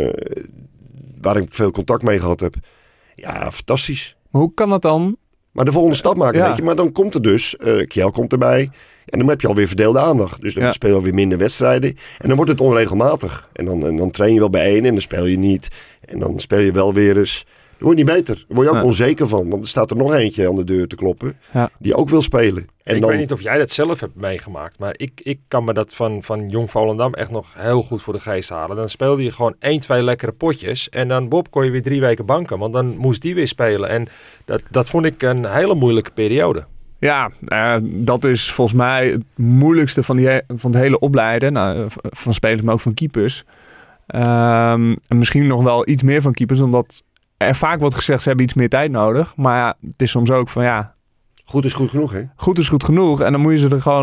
waar ik veel contact mee gehad heb. Ja, fantastisch. Maar hoe kan dat dan? Maar de volgende stap maken, weet je. Maar dan komt er dus, Kjell komt erbij. En dan heb je alweer verdeelde aandacht. Dus dan speel je alweer minder wedstrijden. En dan wordt het onregelmatig. En dan train je wel bij één en dan speel je niet. En dan speel je wel weer eens. Dan word je niet beter. Daar word je ook onzeker van. Want er staat er nog eentje aan de deur te kloppen. Ja. Die ook wil spelen. En ik weet niet of jij dat zelf hebt meegemaakt. Maar ik kan me dat van Jong Volendam echt nog heel goed voor de geest halen. Dan speelde je gewoon 1-2 lekkere potjes. En dan kon je weer 3 weken banken. Want dan moest die weer spelen. En dat vond ik een hele moeilijke periode. Ja, dat is volgens mij het moeilijkste van het hele opleiden. Nou, van spelers, maar ook van keepers. En misschien nog wel iets meer van keepers. Omdat er vaak wordt gezegd, ze hebben iets meer tijd nodig. Maar ja, het is soms ook van goed is goed genoeg, hè? Goed is goed genoeg. En dan moet je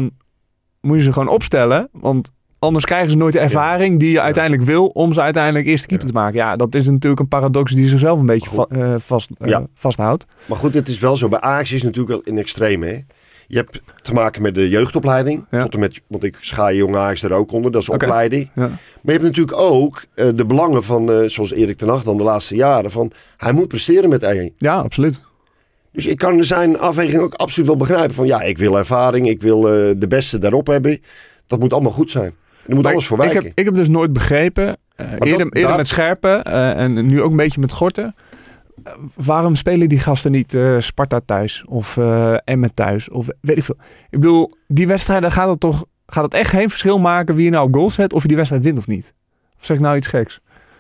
ze gewoon opstellen. Want anders krijgen ze nooit de ervaring die je uiteindelijk wil om ze uiteindelijk eerste keeper te maken. Ja, dat is natuurlijk een paradox die zichzelf een beetje vasthoudt. Maar goed, het is wel zo. Bij Ajax is het natuurlijk wel in extreem, hè? Je hebt te maken met de jeugdopleiding. Ja. Tot en met, want ik schaai Jong Ajax er ook onder. Dat is opleiding. Ja. Maar je hebt natuurlijk ook de belangen van, zoals Erik ten Hag dan de laatste jaren. Van, hij moet presteren met 1. Ja, absoluut. Dus ik kan zijn afweging ook absoluut wel begrijpen. Van ik wil ervaring. Ik wil de beste daarop hebben. Dat moet allemaal goed zijn. Er moet alles voor wijken. Ik heb dus nooit begrepen. Eerder met Scherpen en nu ook een beetje met Gorten. Waarom spelen die gasten niet Sparta thuis of Emmen thuis of weet ik veel. Ik bedoel, die wedstrijden gaat het echt geen verschil maken wie je nou op goal zet of je die wedstrijd wint of niet. Of zeg ik nou iets geks?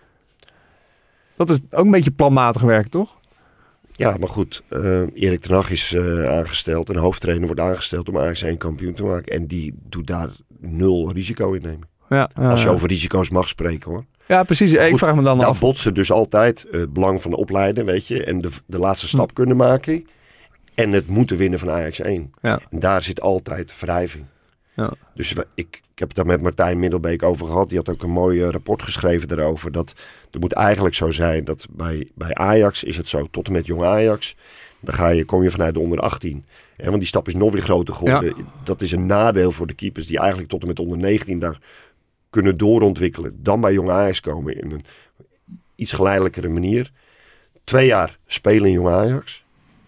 Dat is ook een beetje planmatig werk, toch? Ja, maar goed. Erik ten Hag is aangesteld. Een hoofdtrainer wordt aangesteld om Ajax 1 kampioen te maken. En die doet daar 0 risico in nemen. Ja, als je over risico's mag spreken, hoor. Ja, precies. Ik vraag me dan af. Daar botsen dus altijd het belang van de opleiden, weet je. En de laatste stap kunnen maken. En het moeten winnen van Ajax 1. Ja. En daar zit altijd wrijving. Ja. Dus ik heb het daar met Martijn Middelbeek over gehad. Die had ook een mooi rapport geschreven daarover. Dat het moet eigenlijk zo zijn dat bij Ajax is het zo. Tot en met jong Ajax. Dan kom je vanuit de onder 18. Ja, want die stap is nog weer groter geworden. Ja. Dat is een nadeel voor de keepers die eigenlijk tot en met onder 19 daar kunnen doorontwikkelen. Dan bij jong Ajax komen in een iets geleidelijkere manier. 2 jaar spelen in jong Ajax.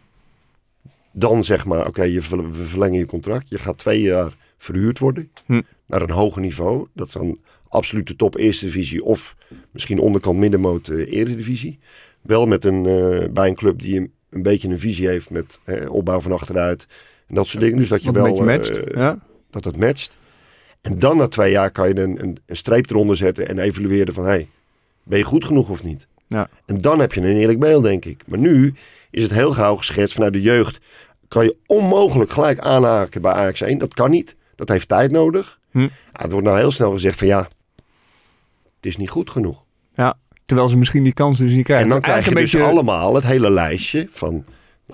Dan zeg maar, we verlengen je contract. Je gaat 2 jaar verhuurd worden naar een hoger niveau. Dat is dan absoluut de top eerste divisie of misschien onderkant middenmoot eredivisie. Wel met bij een club die een beetje een visie heeft met opbouw van achteruit en dat soort dingen. Dus dat je wel matcht, dat het matcht. En dan na 2 jaar kan je een streep eronder zetten en evalueren van ben je goed genoeg of niet? Ja. En dan heb je een eerlijk beeld, denk ik. Maar nu is het heel gauw geschetst vanuit de jeugd. Kan je onmogelijk gelijk aanhaken bij Ajax 1. Dat kan niet. Dat heeft tijd nodig. Ja, het wordt nou heel snel gezegd van het is niet goed genoeg. Ja, terwijl ze misschien die kans dus niet krijgen. En dan krijg je dus allemaal het hele lijstje van,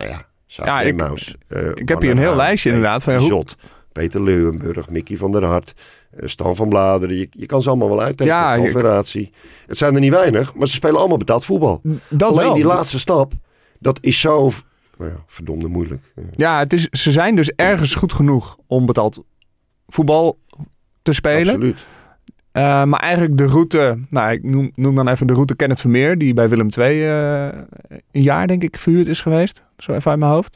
Maus. Ik heb hier een heel lijstje inderdaad. Van Jot, Peter Leeuwenburg, Mickey van der Hart, Stan van Bladeren. Je kan ze allemaal wel uittekenen. Ja, Confederatie. Het zijn er niet weinig, maar ze spelen allemaal betaald voetbal. Alleen die laatste stap, dat is zo verdomde moeilijk. Ja, ze zijn dus ergens goed genoeg om betaald voetbal te spelen. Absoluut. Maar eigenlijk de route, ik noem dan even de route Kenneth Vermeer, die bij Willem II een jaar denk ik verhuurd is geweest. Zo even uit mijn hoofd.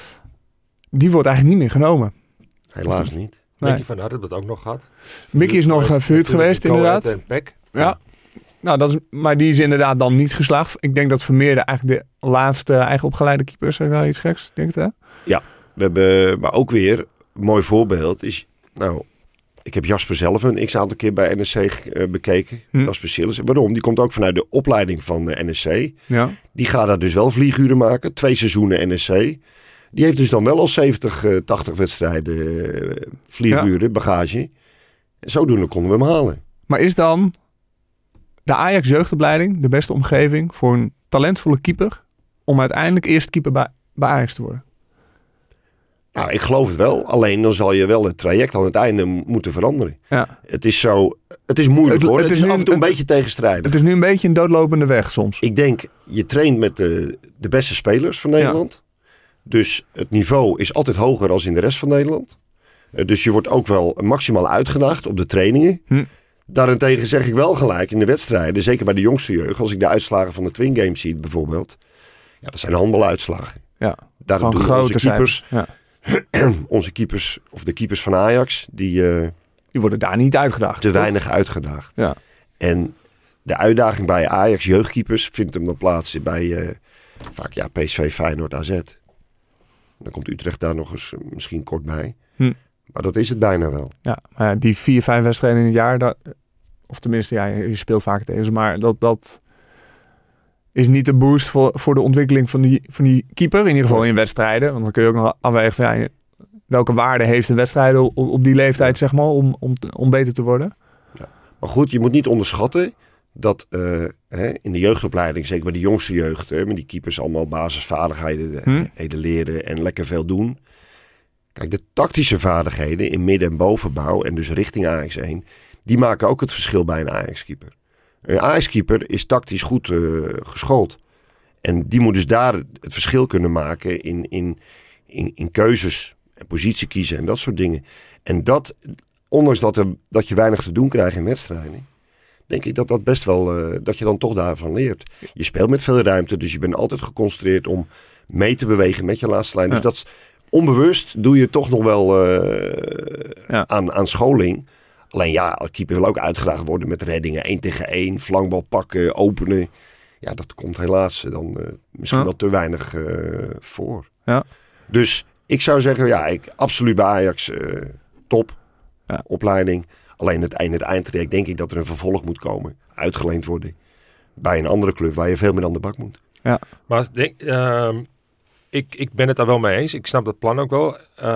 Die wordt eigenlijk niet meer genomen. Helaas niet. Mickey van Hart heeft dat ook nog gehad. Mickey is nog verhuurd geweest inderdaad. En Peck. Ja. Nou, maar die is inderdaad dan niet geslaagd. Ik denk dat Vermeer eigenlijk de laatste eigen opgeleide keeper is. Zeg wel iets geks, denk je? Ja, we hebben, maar ook weer een mooi voorbeeld is, ik heb Jasper zelf een x-aantal keer bij NSC bekeken. Jasper Sillis. Waarom? Die komt ook vanuit de opleiding van de NSC. Ja. Die gaat daar dus wel vlieguren maken. 2 seizoenen NSC. Die heeft dus dan wel al 70, 80 wedstrijden vlieguren, bagage. En zodoende konden we hem halen. Maar is dan de Ajax jeugdopleiding de beste omgeving voor een talentvolle keeper om uiteindelijk eerst keeper bij Ajax te worden? Nou, ik geloof het wel. Alleen dan zal je wel het traject aan het einde moeten veranderen. Ja. Het is moeilijk hoor. Het is af en toe een beetje tegenstrijdig. Het is nu een beetje een doodlopende weg soms. Ik denk, je traint met de beste spelers van Nederland. Ja. Dus het niveau is altijd hoger dan in de rest van Nederland. Dus je wordt ook wel maximaal uitgedaagd op de trainingen. Daarentegen zeg ik wel gelijk in de wedstrijden, zeker bij de jongste jeugd, als ik de uitslagen van de Twin Games zie bijvoorbeeld. Ja, dat zijn handbaluitslagen. Ja, daar doen onze keepers. Onze keepers, of de keepers van Ajax, die worden daar niet uitgedaagd. Te weinig uitgedaagd. Ja. En de uitdaging bij Ajax jeugdkeepers vindt hem dan plaats bij vaak PSV, Feyenoord, AZ. Dan komt Utrecht daar nog eens misschien kort bij. Maar dat is het bijna wel. Ja, maar die 4-5 wedstrijden in het jaar, of tenminste, je speelt vaak tegen ze, maar dat is niet de boost voor de ontwikkeling van die keeper. In ieder geval in wedstrijden. Want dan kun je ook nog afwegen van welke waarde heeft een wedstrijd op die leeftijd, zeg maar, om beter te worden. Ja. Maar goed, je moet niet onderschatten dat in de jeugdopleiding, zeker bij de jongste jeugd, met die keepers allemaal basisvaardigheden leren en lekker veel doen. Kijk, de tactische vaardigheden in midden- en bovenbouw en dus richting Ajax 1, die maken ook het verschil bij een Ajax-keeper. Een Ajax-keeper is tactisch goed geschoold. En die moet dus daar het verschil kunnen maken in keuzes en positie kiezen en dat soort dingen. En dat, ondanks dat je weinig te doen krijgt in wedstrijden, denk ik dat best wel, dat je dan toch daarvan leert. Je speelt met veel ruimte, dus je bent altijd geconcentreerd om mee te bewegen met je laatste lijn. Dus dat onbewust doe je toch nog wel aan scholing. Alleen ja, keeper wil ook uitgedaagd worden met reddingen. 1 tegen 1, flankbal pakken, openen. Ja, dat komt helaas dan misschien wel te weinig voor. Ja. Dus ik zou zeggen, absoluut bij Ajax top. Ja. Opleiding. Alleen het eindtraject denk ik dat er een vervolg moet komen. Uitgeleend worden. Bij een andere club waar je veel meer aan de bak moet. Ja. Maar ik ben het daar wel mee eens. Ik snap dat plan ook wel.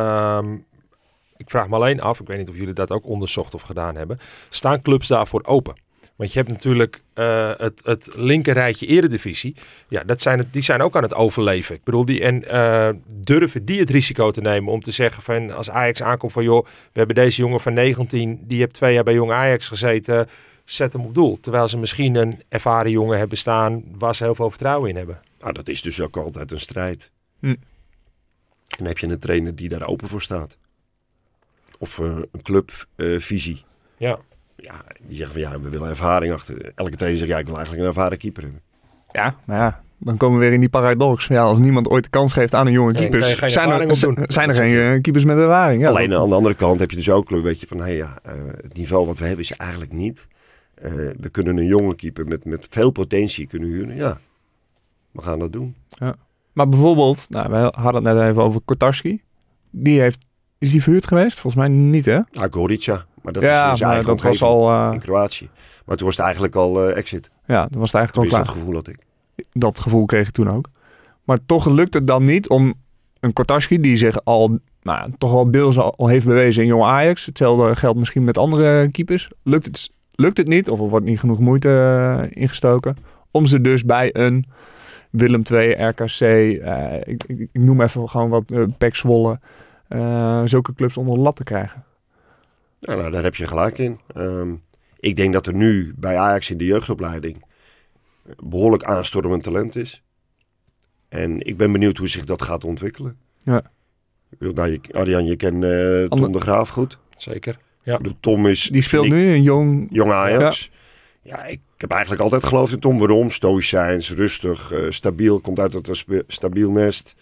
Ik vraag me alleen af, ik weet niet of jullie dat ook onderzocht of gedaan hebben. Staan clubs daarvoor open? Want je hebt natuurlijk het linkerrijtje eredivisie. Ja, die zijn ook aan het overleven. Ik bedoel, durven die het risico te nemen om te zeggen van als Ajax aankomt van joh, we hebben deze jongen van 19, die heeft 2 jaar bij Jong Ajax gezeten, zet hem op doel. Terwijl ze misschien een ervaren jongen hebben staan waar ze heel veel vertrouwen in hebben. Nou, dat is dus ook altijd een strijd. En dan heb je een trainer die daar open voor staat. Of een clubvisie. Ja. Ja, die zeggen van we willen ervaring achter. Elke trainer zegt ik wil eigenlijk een ervaren keeper hebben. Ja, maar ja, dan komen we weer in die paradox. Ja, als niemand ooit de kans geeft aan een jonge keepers, zijn er geen keepers met ervaring. Ja, alleen aan de andere kant heb je dus ook een beetje van, het niveau wat we hebben is eigenlijk niet. We kunnen een jonge keeper met veel potentie kunnen huren. Ja, we gaan dat doen. Ja. Maar bijvoorbeeld, we hadden het net even over Kotarski. Is die verhuurd geweest? Volgens mij niet, hè? Gorica. Maar dat is zijn eigen dat was al in Kroatië. Maar toen was het eigenlijk al exit. Ja, dat was het eigenlijk al klaar. Dat gevoel had ik. Dat gevoel kreeg ik toen ook. Maar toch lukt het dan niet om een Kotarski die zich al toch wel deels al heeft bewezen in Jong Ajax. Hetzelfde geldt misschien met andere keepers. Lukt het niet, of er wordt niet genoeg moeite ingestoken, om ze dus bij een Willem II, RKC, ik noem even gewoon wat, PEC Zwolle, zulke clubs onder de lat te krijgen. Ja, nou, daar heb je gelijk in. Ik denk dat er nu bij Ajax in de jeugdopleiding behoorlijk aanstormend talent is. En ik ben benieuwd hoe zich dat gaat ontwikkelen. Ja. Ik bedoel, Arjan, je kent Tom de Graaf goed. Zeker. Ja. Tom is... Die speelt nu een jong Ajax. Ja, ik heb eigenlijk altijd geloofd in Tom. Waarom? Stoïcijns, rustig, stabiel. Komt uit het stabiel nest.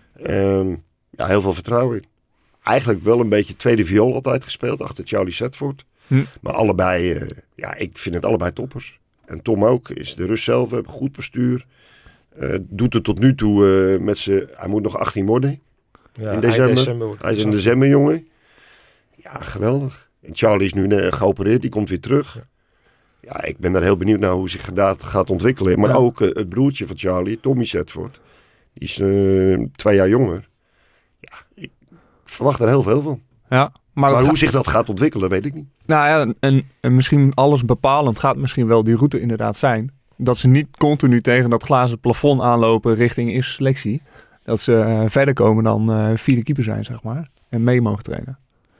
Heel veel vertrouwen in. Eigenlijk wel een beetje tweede viool altijd gespeeld. Achter Charlie Setford. Maar allebei, ik vind het allebei toppers. En Tom ook. Is de rust zelf. Goed postuur. Doet het tot nu toe met zijn... Hij moet nog 18 worden. Ja, in december. Hij is in december, jongen. Ja, geweldig. En Charlie is nu geopereerd. Die komt weer terug. Ja, ik ben daar heel benieuwd naar hoe zich dat gaat ontwikkelen. Maar ook het broertje van Charlie, Tommy Setford. Die is 2 jaar jonger. Ja, ik verwacht er heel veel van. Ja, maar hoe zich dat gaat ontwikkelen, weet ik niet. Nou ja, en misschien alles bepalend gaat misschien wel die route inderdaad zijn. Dat ze niet continu tegen dat glazen plafond aanlopen richting eerste selectie. Dat ze verder komen dan 4e keeper zijn, zeg maar. En mee mogen trainen.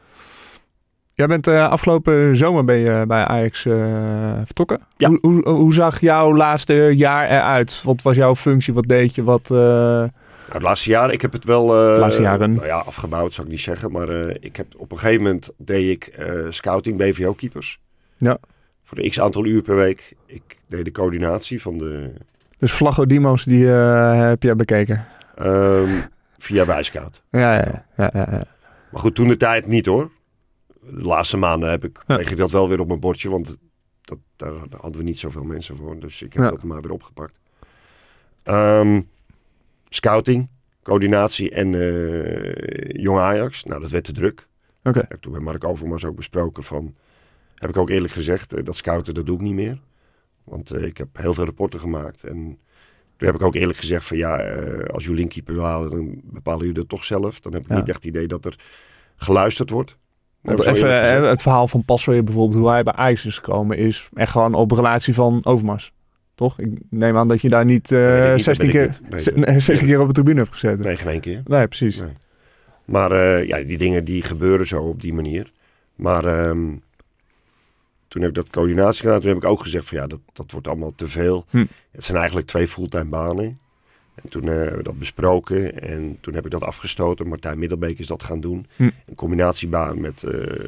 Jij bent afgelopen zomer bij Ajax vertrokken. Ja. Hoe zag jouw laatste jaar eruit? Wat was jouw functie? Wat deed je? Het laatste jaar, ik heb het wel afgebouwd, zou ik niet zeggen. Maar ik heb op een gegeven moment deed ik scouting BVO-keepers. Ja. Voor de x aantal uur per week. Ik deed de coördinatie van de... Dus Vlaggo Dimos, die heb jij bekeken? Via Wijscout. Ja. Maar goed, toen de tijd niet hoor. De laatste maanden kreeg ik dat wel weer op mijn bordje. Want daar hadden we niet zoveel mensen voor. Dus ik heb dat maar weer opgepakt. Scouting, coördinatie en Jong Ajax. Nou, dat werd te druk. Okay. Heb ik toen bij Mark Overmars ook besproken van... Heb ik ook eerlijk gezegd, dat scouten, dat doe ik niet meer. Want ik heb heel veel rapporten gemaakt. En toen heb ik ook eerlijk gezegd van als jullie een keeper wil halen, dan bepalen jullie dat toch zelf. Dan heb ik niet echt het idee dat er geluisterd wordt. Even het verhaal van Pasveer bijvoorbeeld, hoe hij bij Ajax is gekomen, is echt gewoon op relatie van Overmars. Toch? Ik neem aan dat je daar niet 16 keer op de tribune hebt gezet. Nee, geen 1 keer. Nee, precies. Nee. Maar die dingen die gebeuren zo op die manier. Maar toen heb ik dat coördinatie gedaan. Toen heb ik ook gezegd van dat wordt allemaal te veel. Het zijn eigenlijk 2 fulltime banen. En toen hebben we dat besproken. En toen heb ik dat afgestoten. Martijn Middelbeek is dat gaan doen. Een combinatiebaan met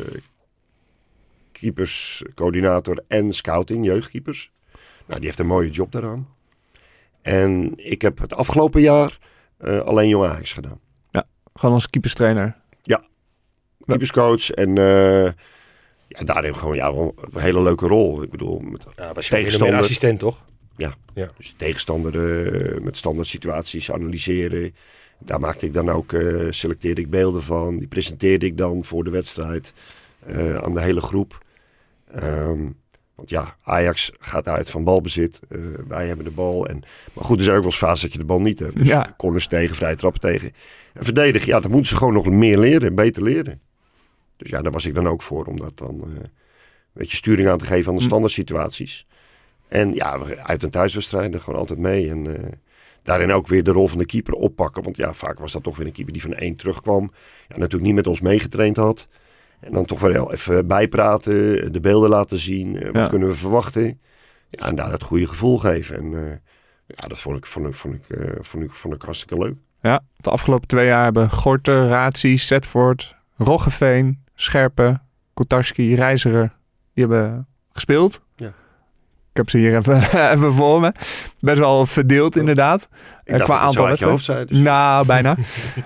keepers, coördinator en scouting, jeugdkeepers. Nou, die heeft een mooie job daaraan. En ik heb het afgelopen jaar alleen Jong Ajax gedaan. Ja, gewoon als keeperstrainer. Ja, keeperscoach. En Ja, daarin gewoon wel een hele leuke rol. Ik bedoel, met was je meer assistent, toch? Ja. Dus tegenstander met standaard situaties analyseren. Daar maakte ik dan ook, selecteerde ik beelden van. Die presenteerde ik dan voor de wedstrijd aan de hele groep. Want ja, Ajax gaat uit van balbezit. Wij hebben de bal. Maar goed, er zijn ook wel eens fases dat je de bal niet hebt. Dus corners tegen, vrije trappen tegen. En verdedigen, ja, dan moeten ze gewoon nog meer leren, beter leren. Dus ja, daar was ik dan ook voor. Om dat dan een beetje sturing aan te geven aan de standaard situaties. En ja, uit- en thuiswedstrijden gewoon altijd mee. En daarin ook weer de rol van de keeper oppakken. Want ja, vaak was dat toch weer een keeper die van 1 terugkwam. Ja, natuurlijk niet met ons meegetraind had. En dan toch wel even bijpraten, de beelden laten zien. Wat kunnen we verwachten? Ja, en daar het goede gevoel geven. En dat vond ik hartstikke leuk. Ja, de afgelopen 2 jaar hebben Gorter, Ratsi, Zetvoort, Roggeveen, Scherpen, Kotarski, Reiziger, die hebben gespeeld. Ja. Ik heb ze hier even voor me. Best wel verdeeld inderdaad. Qua aantal wedstrijden. Dus. Nou, bijna.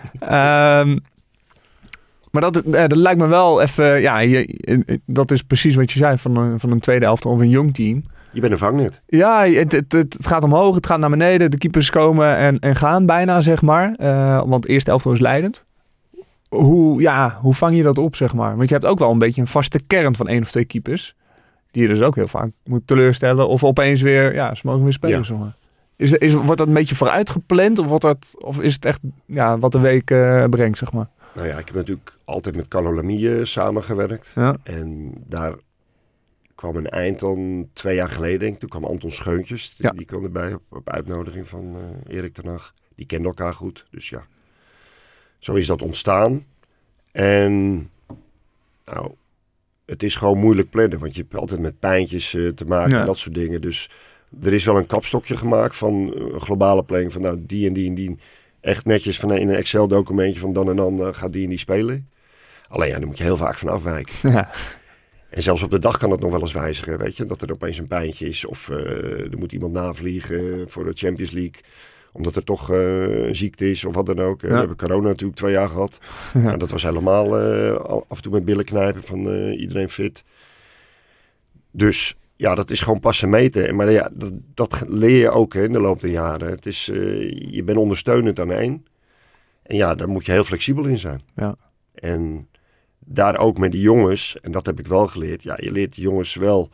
Maar dat lijkt me wel even... Ja, dat is precies wat je zei van een tweede elftal of een jong team. Je bent een vangnet. Ja, het gaat omhoog, het gaat naar beneden. De keepers komen en gaan bijna, zeg maar. Want de eerste elftal is leidend. Hoe vang je dat op, zeg maar? Want je hebt ook wel een beetje een vaste kern van 1 of 2 keepers. Die je dus ook heel vaak moet teleurstellen. Of opeens weer, ze mogen weer spelen. Zeg maar. Wordt dat een beetje vooruit gepland? Of is het echt wat de week brengt, zeg maar? Nou ja, ik heb natuurlijk altijd met Carlo Lamie samengewerkt. Ja. En daar kwam een eind dan 2 jaar geleden, denk ik. Toen kwam Anton Scheuntjes. Die kwam erbij op uitnodiging van Erik ten Hag. Die kenden elkaar goed. Dus ja, zo is dat ontstaan. En nou, het is gewoon moeilijk plannen. Want je hebt altijd met pijntjes te maken en dat soort dingen. Dus er is wel een kapstokje gemaakt van een globale planning. Van nou, die en die en die. Echt netjes in een Excel-documentje van dan en dan gaat die en die spelen. Alleen daar moet je heel vaak van afwijken. Ja. En zelfs op de dag kan het nog wel eens wijzigen, weet je. Dat er opeens een pijntje is of er moet iemand navliegen voor de Champions League. Omdat er toch een ziekte is of wat dan ook. We hebben corona natuurlijk 2 jaar gehad. Ja. En dat was helemaal af en toe met billen knijpen van iedereen fit. Dus ja, dat is gewoon passen meten. Maar ja, dat leer je ook in de loop der jaren. Het is, je bent ondersteunend aan één. En ja, daar moet je heel flexibel in zijn. Ja. En daar ook met die jongens, en dat heb ik wel geleerd. Ja, je leert die jongens wel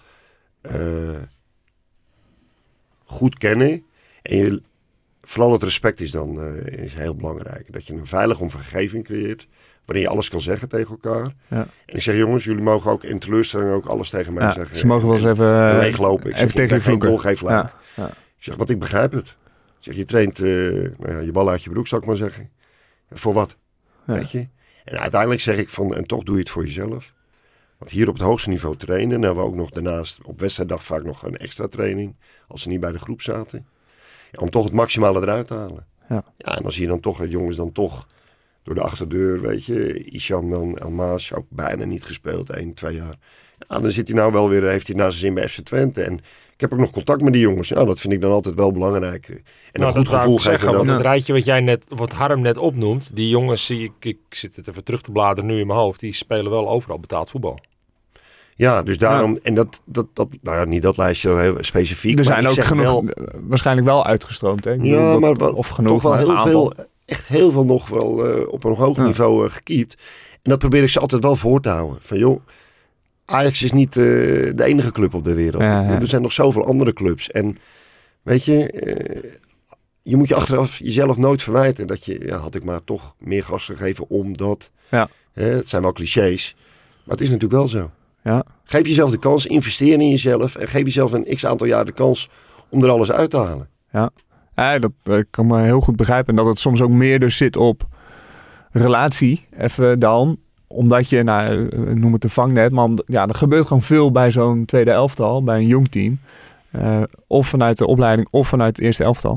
goed kennen. En vooral het respect is dan is heel belangrijk. Dat je een veilige omgeving creëert. Waarin je alles kan zeggen tegen elkaar. Ja. En ik zeg, jongens, jullie mogen ook in teleurstelling ook alles tegen mij zeggen. Ze mogen wel eens even leeglopen. Ik zeg, tegen je geen goal, geen vlak. Ja. Ik zeg, want ik begrijp het. Ik zeg, je traint je bal uit je broek, zou ik maar zeggen. Voor wat? Ja. Weet je? En uiteindelijk zeg ik van, en toch doe je het voor jezelf. Want hier op het hoogste niveau trainen. En dan hebben we ook nog daarnaast op wedstrijddag vaak nog een extra training. Als ze niet bij de groep zaten. Ja, om toch het maximale eruit te halen. Ja, en dan zie je dan toch, jongens dan toch door de achterdeur, weet je. Isham dan, Elmaas, ook bijna niet gespeeld, 1-2 jaar. Ja, dan zit hij nou wel weer, heeft hij naar zijn zin bij FC Twente. En ik heb ook nog contact met die jongens. Ja, dat vind ik dan altijd wel belangrijk. En een goed gevoel geven. Want het rijtje wat Harm net opnoemt, die jongens zie ik zit het even terug te bladeren nu in mijn hoofd, die spelen wel overal betaald voetbal. Ja, dus daarom, en dat nou ja, niet dat lijstje heel specifiek. Er zijn ook genoeg, waarschijnlijk wel uitgestroomd. Hè? Ja, maar of genoeg, toch wel heel veel, echt heel veel nog wel op een hoog niveau gekiept. En dat probeer ik ze altijd wel voor te houden. Van joh, Ajax is niet de enige club op de wereld. Ja. Er zijn nog zoveel andere clubs. En weet je, je moet je achteraf jezelf nooit verwijten. Dat je, had ik maar toch meer gas gegeven omdat, het zijn wel clichés. Maar het is natuurlijk wel zo. Ja. Geef jezelf de kans, investeer in jezelf en geef jezelf een x-aantal jaar de kans om er alles uit te halen. Ja, dat kan me heel goed begrijpen. En dat het soms ook meer dus zit op relatie, even dan. Omdat je, noem het een vangnet, maar er gebeurt gewoon veel bij zo'n tweede elftal, bij een jong team. Of vanuit de opleiding of vanuit het eerste elftal.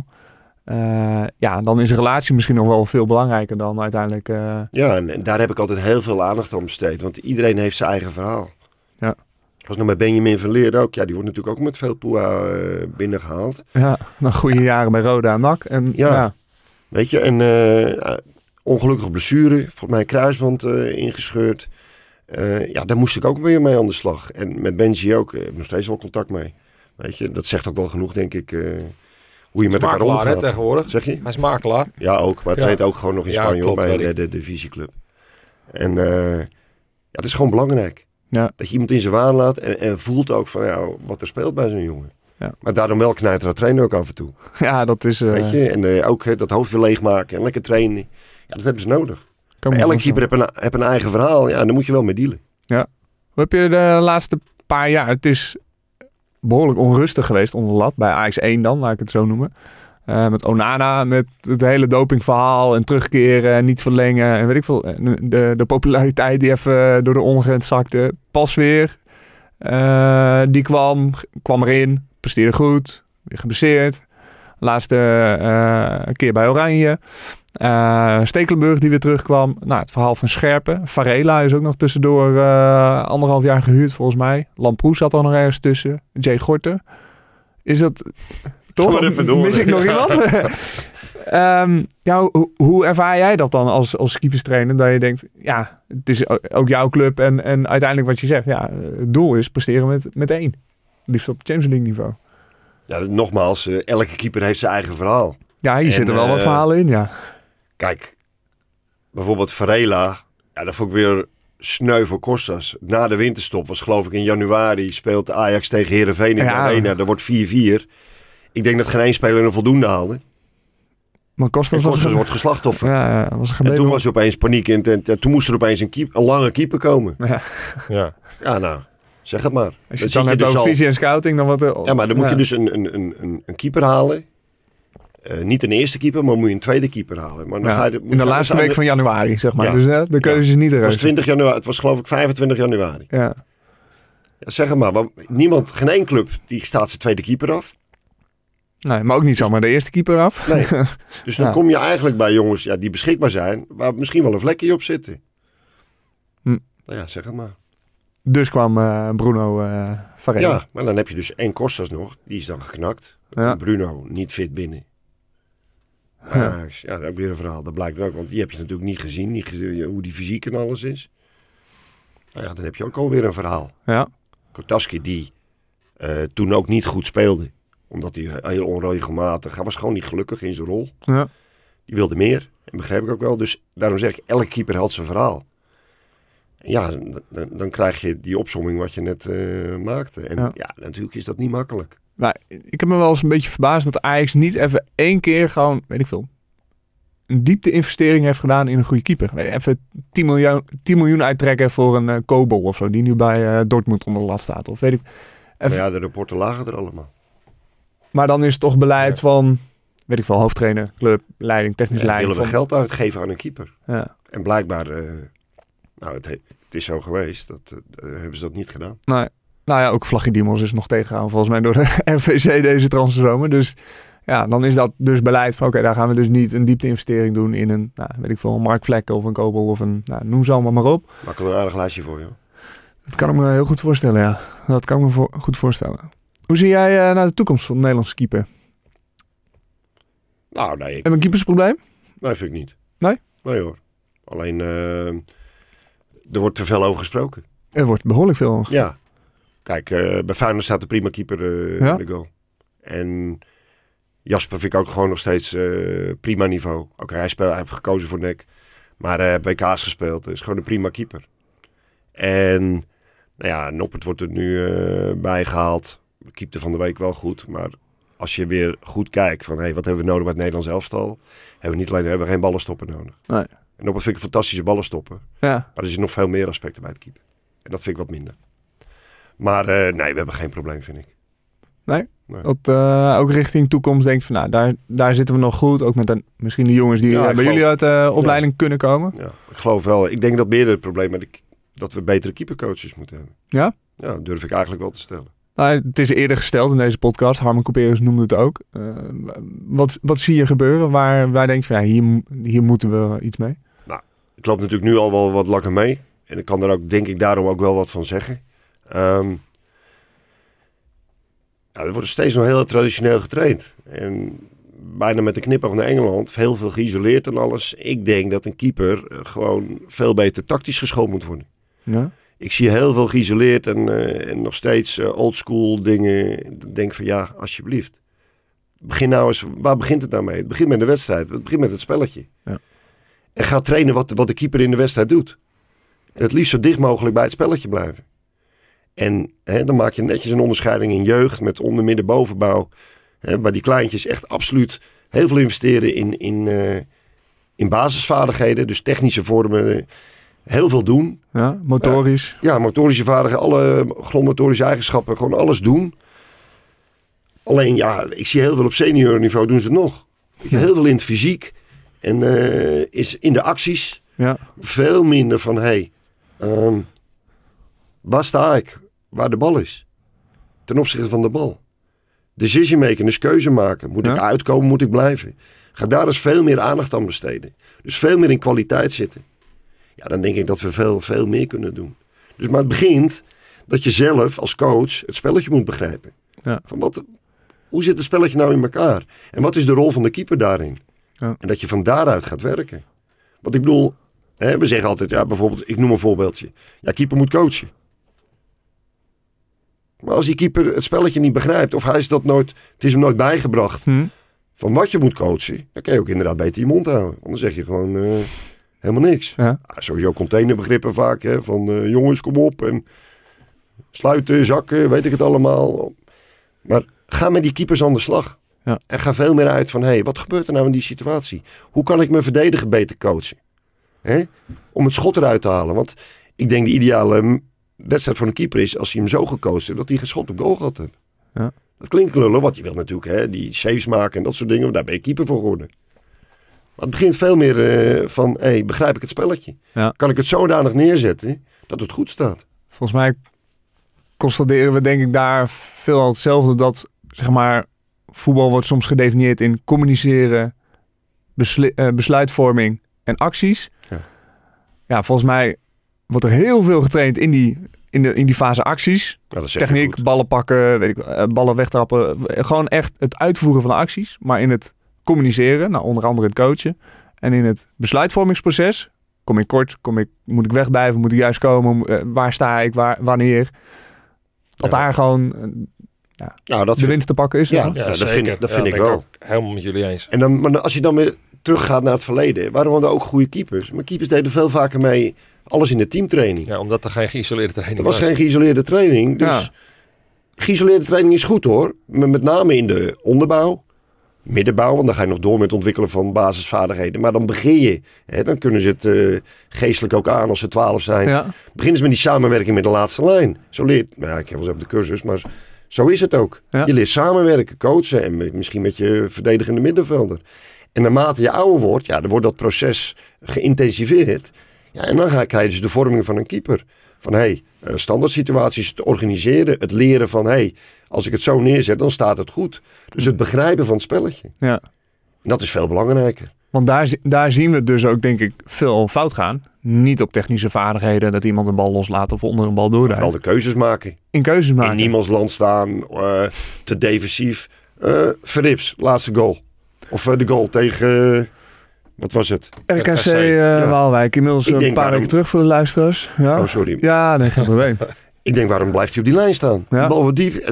Dan is een relatie misschien nog wel veel belangrijker dan uiteindelijk. Ja, en daar heb ik altijd heel veel aandacht aan besteed. Want iedereen heeft zijn eigen verhaal. Ja. Als nog met Benjamin van Leer ook. Ja, die wordt natuurlijk ook met veel poeha binnengehaald. Ja, na goede jaren bij Roda en NAC. En, weet je, en ongelukkige blessure. Volgens mij kruisband ingescheurd. Daar moest ik ook weer mee aan de slag. En met Benji ook. Ik heb nog steeds wel contact mee. Weet je, dat zegt ook wel genoeg, denk ik, hoe je met elkaar omgaat. Tegenwoordig. Zeg je? Hij is makelaar. Ja, ook. Maar hij treedt ook gewoon nog in Spanje op bij een derde divisieclub. En het is gewoon belangrijk. Ja. Dat je iemand in zijn waan laat en voelt ook van wat er speelt bij zo'n jongen. Ja. Maar daarom wel knijter dat trainen ook af en toe. Ja, dat is... Weet je, en ook dat hoofd weer leegmaken en lekker trainen. Ja, dat hebben ze nodig. Elke keeper heeft een eigen verhaal. Ja, daar moet je wel mee dealen. Ja. Hoe heb je de laatste paar jaar... Het is behoorlijk onrustig geweest onder de lat. Bij Ajax 1 dan, laat ik het zo noemen. Met Onana, met het hele dopingverhaal en terugkeren en niet verlengen. En weet ik veel. De populariteit die even door de ondergrens zakte. Pas weer. Die kwam erin. Presteerde goed. Weer geblesseerd. Laatste keer bij Oranje. Stekelenburg die weer terugkwam. Nou, het verhaal van Scherpen. Varela is ook nog tussendoor 1,5 jaar gehuurd volgens mij. Lamproes zat er nog ergens tussen. Jay Gorter. Is dat... Toch? Mis ik nog iemand? Hoe ervaar jij dat dan als keeperstrainer? Dat je denkt, het is ook jouw club. En uiteindelijk wat je zegt, het doel is presteren met 1. Liefst op Champions League niveau. Ja, nogmaals, elke keeper heeft zijn eigen verhaal. Ja, hier zitten wel wat verhalen in, ja. Kijk, bijvoorbeeld Varela. Ja, dat vond ik weer sneu voor Kostas. Na de winterstop was geloof ik in januari. Speelt Ajax tegen Heerenveen in de Arena. Er wordt 4-4. Ik denk dat geen één speler een voldoende haalde. Maar Kostas wordt geslachtoffer. Was en toen was er opeens paniek. En toen moest er opeens een lange keeper komen. Ja, nou, zeg het maar. Als je het dan hebt over visie en scouting, dan wordt er... Ja, maar dan moet je dus een keeper halen. Niet een eerste keeper, maar moet je een tweede keeper halen. Maar dan ga je in de laatste week van januari, zeg maar. Ja. Dus de keuze is niet eruit. Het was 20 januari. Het was geloof ik 25 januari. Ja. Zeg het maar. Geen één club die staat zijn tweede keeper af. Nee, maar ook niet zomaar de eerste keeper af. Nee. Dus dan kom je eigenlijk bij jongens die beschikbaar zijn, waar misschien wel een vlekje op zitten. Nou ja, zeg het maar. Dus kwam Bruno Varela. Ja, maar dan heb je dus 1 Kostas nog. Die is dan geknakt. Bruno niet fit binnen. Dat is ook weer een verhaal. Dat blijkt ook, want die heb je natuurlijk niet gezien. Hoe die fysiek en alles is. Nou ja, dan heb je ook alweer een verhaal. Ja. Kotaski die toen ook niet goed speelde. Omdat hij heel onregelmatig... Hij was gewoon niet gelukkig in zijn rol. Ja. Die wilde meer. En begreep ik ook wel. Dus daarom zeg ik, elke keeper had zijn verhaal. En ja, dan krijg je die opsomming wat je net maakte. En natuurlijk is dat niet makkelijk. Nou, ik heb me wel eens een beetje verbaasd dat Ajax niet even 1 keer gewoon, weet ik veel, een diepte-investering heeft gedaan in een goede keeper. Even 10 miljoen uittrekken voor een Kobel of zo, die nu bij Dortmund onder de lat staat. Of weet ik. Even... Maar de rapporten lagen er allemaal. Maar dan is het toch beleid van, weet ik veel, hoofdtrainer, club, leiding, technisch leiding. Willen we geld uitgeven aan een keeper. Ja. En blijkbaar, het is zo geweest, hebben ze dat niet gedaan. Nee. Nou ja, ook Vlagidimos is nog tegengehouden volgens mij door de RVC deze transferzomer. Dus ja, dan is dat dus beleid van daar gaan we dus niet een diepte-investering doen in een, weet ik veel, een Mark Vlekken of een Kobel of een, noem ze allemaal maar op. Maak er een aardig lijstje voor, joh. Dat kan ik me heel goed voorstellen, ja. Dat kan ik me goed voorstellen. Hoe zie jij naar de toekomst van de Nederlandse keeper? Nou, nee. Heb je een keepersprobleem? Nee, vind ik niet. Nee? Nee hoor. Alleen, er wordt te veel over gesproken. Er wordt behoorlijk veel over gesproken. Ja. Kijk, bij Feyenoord staat de prima keeper in de goal. En Jasper vind ik ook gewoon nog steeds prima niveau. Oké, hij heeft gekozen voor NEC. Maar bij Kaas gespeeld. Is gewoon een prima keeper. En nou ja, Noppert wordt er nu bijgehaald. Keepte van de week wel goed. Maar als je weer goed kijkt van wat hebben we nodig bij het Nederlands elftal. Hebben we geen ballenstopper nodig. Nee. En Noppert vind ik een fantastische ballenstopper. Ja. Maar er zitten nog veel meer aspecten bij het keeper. En dat vind ik wat minder. Maar nee, we hebben geen probleem, vind ik. Nee? Dat ook richting toekomst denkt van, daar zitten we nog goed. Ook met misschien de jongens die bij jullie uit de opleiding kunnen komen. Ja, ik geloof wel. Ik denk dat meer het probleem is dat we betere keepercoaches moeten hebben. Ja? Ja, dat durf ik eigenlijk wel te stellen. Nou, het is eerder gesteld in deze podcast. Harman Couperus noemde het ook. Wat zie je gebeuren? Waar denk je van, hier moeten we iets mee? Nou, ik loop natuurlijk nu al wel wat langer mee. En ik kan er ook, denk ik, daarom ook wel wat van zeggen. Er wordt steeds nog heel traditioneel getraind. En bijna met de knipoog naar Engeland. Heel veel geïsoleerd en alles. Ik denk dat een keeper gewoon veel beter tactisch geschoold moet worden. Ja. Ik zie heel veel geïsoleerd en nog steeds oldschool dingen. Ik denk van ja, alsjeblieft. Begin nou eens, waar begint het nou mee? Het begint met de wedstrijd. Het begint met het spelletje. Ja. En ga trainen wat de keeper in de wedstrijd doet. En het liefst zo dicht mogelijk bij het spelletje blijven. En dan maak je netjes een onderscheiding in jeugd met onder, midden, bovenbouw. Waar die kleintjes echt absoluut heel veel investeren in basisvaardigheden. Dus technische vormen. Heel veel doen. Ja, motorisch. Motorische vaardigheden. Alle grondmotorische eigenschappen. Gewoon alles doen. Alleen ik zie heel veel op seniorniveau doen ze het nog. Heel veel in het fysiek. En is in de acties. Ja. Veel minder van waar sta ik? Waar de bal is. Ten opzichte van de bal. Decision making, dus keuze maken. Moet ik uitkomen, moet ik blijven? Ga daar dus veel meer aandacht aan besteden. Dus veel meer in kwaliteit zitten. Ja, dan denk ik dat we veel meer kunnen doen. Dus maar het begint dat je zelf als coach het spelletje moet begrijpen. Ja. Van hoe zit het spelletje nou in elkaar? En wat is de rol van de keeper daarin? Ja. En dat je van daaruit gaat werken. Want ik bedoel, we zeggen altijd, bijvoorbeeld, ik noem een voorbeeldje. Ja, keeper moet coachen. Maar als die keeper het spelletje niet begrijpt, of het is hem nooit bijgebracht van wat je moet coachen, dan kan je ook inderdaad beter je mond houden. Want dan zeg je gewoon helemaal niks. Ja. Sowieso containerbegrippen vaak, van jongens, kom op en sluiten, zakken, weet ik het allemaal. Maar ga met die keepers aan de slag. Ja. En ga veel meer uit van, wat gebeurt er nou in die situatie? Hoe kan ik mijn verdediger beter coachen? Om het schot eruit te halen. Want ik denk de ideale wedstrijd voor een keeper is als hij hem zo gecoacht heeft dat hij geen schot op goal gehad heeft. Ja. Dat klinkt lullen, want je wilt natuurlijk die saves maken en dat soort dingen. Daar ben je keeper voor geworden. Maar het begint veel meer van, begrijp ik het spelletje? Ja. Kan ik het zodanig neerzetten dat het goed staat? Volgens mij constateren we denk ik daar veel al hetzelfde. Dat zeg maar voetbal wordt soms gedefinieerd in communiceren, besluitvorming en acties. Ja, volgens mij wordt er heel veel getraind in die fase acties. Ja, dat techniek, ballen pakken, ballen wegtrappen. Gewoon echt het uitvoeren van de acties. Maar in het communiceren, onder andere het coachen. En in het besluitvormingsproces. Kom ik kort? Moet ik wegblijven? Moet ik juist komen? Waar sta ik? Wanneer? Dat daar gewoon de winst te pakken is. Ja, dat vind ik wel. Ook helemaal met jullie eens. En maar als je dan weer teruggaat naar het verleden, waren er ook goede keepers. Maar keepers deden veel vaker mee alles in de teamtraining. Ja, omdat er geen geïsoleerde training was. Er was geen geïsoleerde training. Dus geïsoleerde training is goed hoor. Met name in de onderbouw, middenbouw. Want dan ga je nog door met het ontwikkelen van basisvaardigheden. Maar dan begin je. Dan kunnen ze het geestelijk ook aan als ze 12 zijn. Ja. Beginnen ze met die samenwerking met de laatste lijn. Zo leert, ik heb wel eens op de cursus, maar zo is het ook. Ja. Je leert samenwerken, coachen en misschien met je verdedigende middenvelder. En naarmate je ouder wordt, dan wordt dat proces geïntensiveerd. Ja, en dan krijg je dus de vorming van een keeper. Van standaard situaties te organiseren. Het leren van als ik het zo neerzet, dan staat het goed. Dus het begrijpen van het spelletje. Ja. En dat is veel belangrijker. Want daar zien we dus ook, denk ik, veel fout gaan. Niet op technische vaardigheden, dat iemand een bal loslaat of onder een bal doorrijdt. Vooral de keuzes maken. In niemands land staan, te defensief. Verrips, laatste goal. Of de goal tegen... Wat was het? RKC Waalwijk. Inmiddels een paar weken terug voor de luisteraars. Ja. Oh, sorry. Ja, nee, geen probleem. Ik denk, waarom blijft hij op die lijn staan? Ja. De bal wordt diep.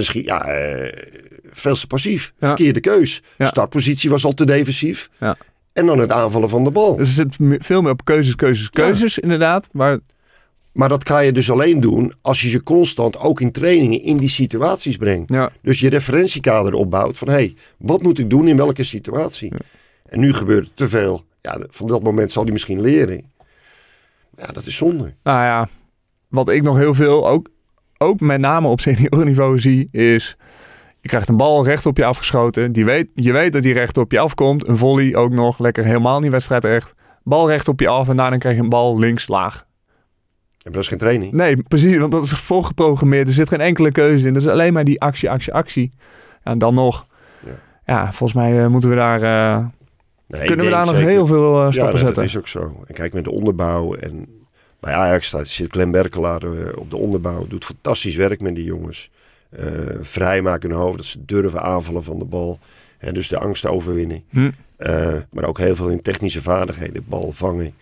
Veel te passief. Ja. Verkeerde keus. Ja. Startpositie was al te defensief. Ja. En dan het aanvallen van de bal. Dus het zit veel meer op keuzes inderdaad. Maar dat ga je dus alleen doen als je constant ook in trainingen in die situaties brengt. Ja. Dus je referentiekader opbouwt van wat moet ik doen in welke situatie? Ja. En nu gebeurt het te veel. Ja, van dat moment zal hij misschien leren. Ja, dat is zonde. Nou ja, wat ik nog heel veel, ook met name op seniorniveau zie, is... Je krijgt een bal recht op je afgeschoten. Je weet dat die recht op je afkomt. Een volley ook nog. Lekker helemaal niet wedstrijdrecht. Bal recht op je af en daarna krijg je een bal links laag. En dat is geen training. Nee, precies. Want dat is voorgeprogrammeerd. Er zit geen enkele keuze in. Dat is alleen maar die actie. En dan nog. Ja, volgens mij moeten we daar... kunnen we daar nog heel veel stappen zetten. Dat is ook zo. En kijk, met de onderbouw. En bij Ajax zit Clem Berkelaar op de onderbouw. Doet fantastisch werk met die jongens. Vrijmaken in hun hoofd. Dat ze durven aanvallen van de bal. Dus de angst overwinnen. Maar ook heel veel in technische vaardigheden. Bal vangen.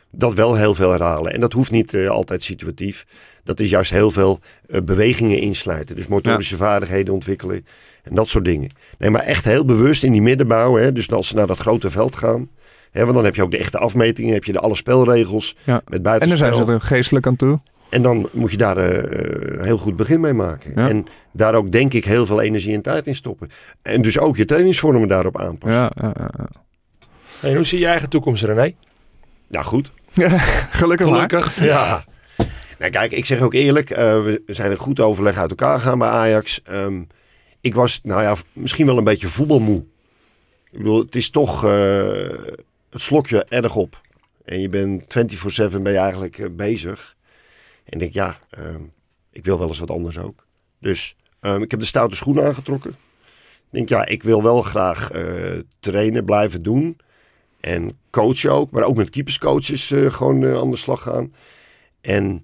dat wel heel veel herhalen. En dat hoeft niet altijd situatief. Dat is juist heel veel bewegingen insluiten. Dus motorische vaardigheden ontwikkelen en dat soort dingen. Nee, maar echt heel bewust in die middenbouw. Hè, dus als ze naar dat grote veld gaan. Hè, want dan heb je ook de echte afmetingen. Heb je alle spelregels. Ja. Met buitenspel. En dan zijn ze er geestelijk aan toe. En dan moet je daar een heel goed begin mee maken. Ja. En daar ook denk ik heel veel energie en tijd in stoppen. En dus ook je trainingsvormen daarop aanpassen. Ja. En hoe zie je eigen toekomst, René? Ja, goed. Gelukkig. Ja. Nou, kijk, ik zeg ook eerlijk. We zijn een goed overleg uit elkaar gegaan bij Ajax. Ik was, misschien wel een beetje voetbalmoe. Ik bedoel, het is toch... het slok je erg op. En je bent 24/7 ben je eigenlijk bezig. En ik denk, ik wil wel eens wat anders ook. Dus ik heb de stoute schoenen aangetrokken. Ik denk, ik wil wel graag trainen, blijven doen. En coachen ook. Maar ook met keeperscoaches gewoon aan de slag gaan. En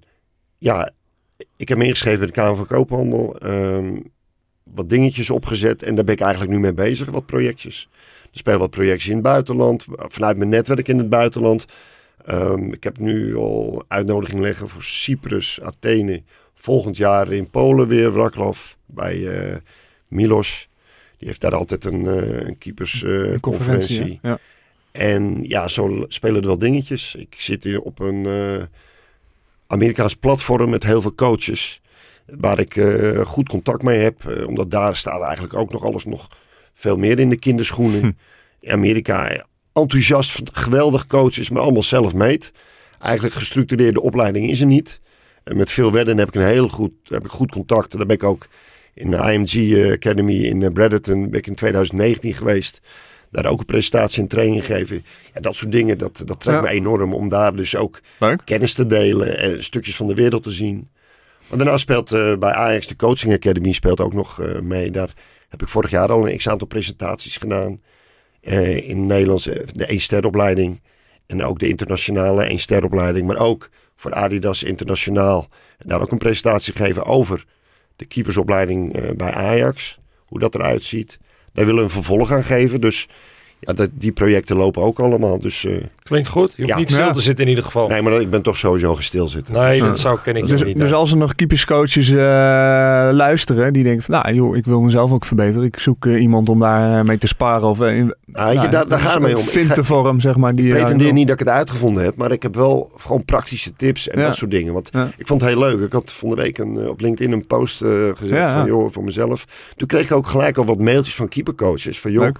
ik heb me ingeschreven bij de Kamer van Koophandel. Wat dingetjes opgezet. En daar ben ik eigenlijk nu mee bezig. Wat projectjes. Er spelen wat projectjes in het buitenland. Vanuit mijn netwerk in het buitenland. Ik heb nu al uitnodiging liggen voor Cyprus, Athene. Volgend jaar in Polen weer, Wrocław, bij Milos. Die heeft daar altijd een keepersconferentie. Ja. En zo spelen er wel dingetjes. Ik zit hier op een Amerikaans platform met heel veel coaches. Waar ik goed contact mee heb. Omdat daar staat eigenlijk ook nog alles nog veel meer in de kinderschoenen. In Amerika enthousiast, geweldig coaches, maar allemaal self-made. Eigenlijk gestructureerde opleiding is er niet. En met veel wedden heb ik goed contact. Daar ben ik ook in de IMG Academy in Bradenton ben ik in 2019 geweest. Daar ook een presentatie en training geven. Ja, dat soort dingen, dat trekt me enorm om daar dus ook kennis te delen en stukjes van de wereld te zien. Maar daarna speelt bij Ajax de Coaching Academy speelt ook nog mee. Daar heb ik vorig jaar al een x-aantal presentaties gedaan. In Nederlands de 1-steropleiding. En ook de internationale 1-steropleiding. Maar ook voor Adidas Internationaal. En daar ook een presentatie geven over de keepersopleiding bij Ajax. Hoe dat eruit ziet. Daar willen we een vervolg aan geven. Dus die projecten lopen ook allemaal. Dus, klinkt goed. Je hoeft niet stil te zitten in ieder geval. Nee, maar ik ben toch sowieso gestil zitten. Nee, dat ken ik niet. Dus als er nog keeperscoaches luisteren. Die denken van, ik wil mezelf ook verbeteren. Ik zoek iemand om daar mee te sparen. Of, daar gaat het mee om. Vind de vorm, zeg maar. Ik pretendeer niet dat ik het uitgevonden heb. Maar ik heb wel gewoon praktische tips en dat soort dingen. Want ik vond het heel leuk. Ik had van de week op LinkedIn een post gezet van voor mezelf. Toen kreeg ik ook gelijk al wat mailtjes van keepercoaches. Van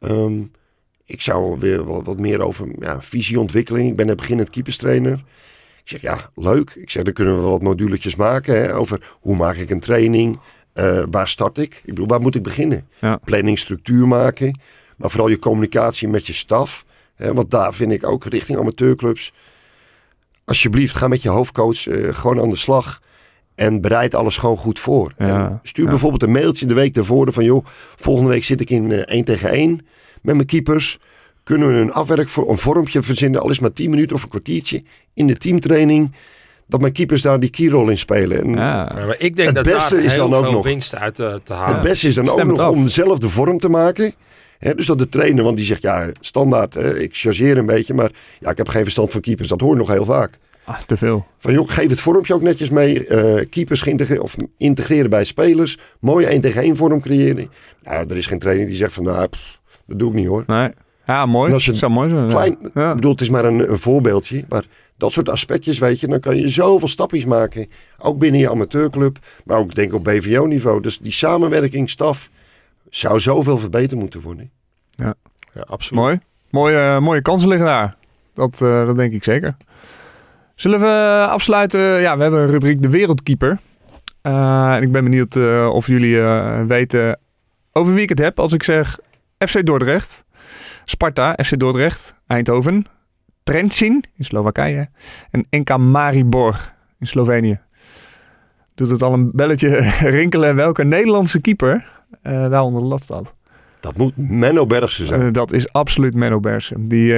ik zou weer wat meer over visieontwikkeling. Ik ben een beginnend keeperstrainer. Ik zeg, leuk. Ik zeg, dan kunnen we wat moduletjes maken. Over hoe maak ik een training? Waar start ik? Ik bedoel, waar moet ik beginnen? Ja. Planning, structuur maken. Maar vooral je communicatie met je staf. Want daar vind ik ook richting amateurclubs. Alsjeblieft, ga met je hoofdcoach gewoon aan de slag. En bereid alles gewoon goed voor. En stuur bijvoorbeeld een mailtje de week daarvoor. Van volgende week zit ik in 1 tegen 1 met mijn keepers. Kunnen we een vormpje verzinnen. Al is maar 10 minuten of een kwartiertje in de teamtraining. Dat mijn keepers daar die keyrol in spelen. En maar ik denk dat daar heel veel winst uit te halen. Het beste is dan ook nog om dezelfde vorm te maken. Dus dat de trainer, want die zegt standaard. Ik chargeer een beetje. Maar ik heb geen verstand van keepers. Dat hoor je nog heel vaak. Te veel. Van geef het vormpje ook netjes mee. Keepers integreren bij spelers. Mooie 1 tegen 1 vorm creëren. Er is geen trainer die zegt van dat doe ik niet hoor. Nee. Ja, mooi. Dat zou mooi zijn. Ik bedoel, het is maar een voorbeeldje. Maar dat soort aspectjes, weet je, dan kan je zoveel stapjes maken. Ook binnen je amateurclub. Maar ook denk ik op BVO-niveau. Dus die samenwerking, staf, zou zoveel verbeterd moeten worden. Ja, absoluut. Mooie kansen liggen daar. Dat denk ik zeker. Zullen we afsluiten? Ja, we hebben een rubriek De Wereldkeeper. Ik ben benieuwd of jullie weten over wie ik het heb. Als ik zeg FC Dordrecht, Sparta, FC Dordrecht, Eindhoven, Trenčín in Slowakije en NK Maribor in Slovenië. Doet het al een belletje rinkelen welke Nederlandse keeper daar onder de lat staat? Dat moet Menno Bergsen zijn. Dat is absoluut Menno Bergsen. Die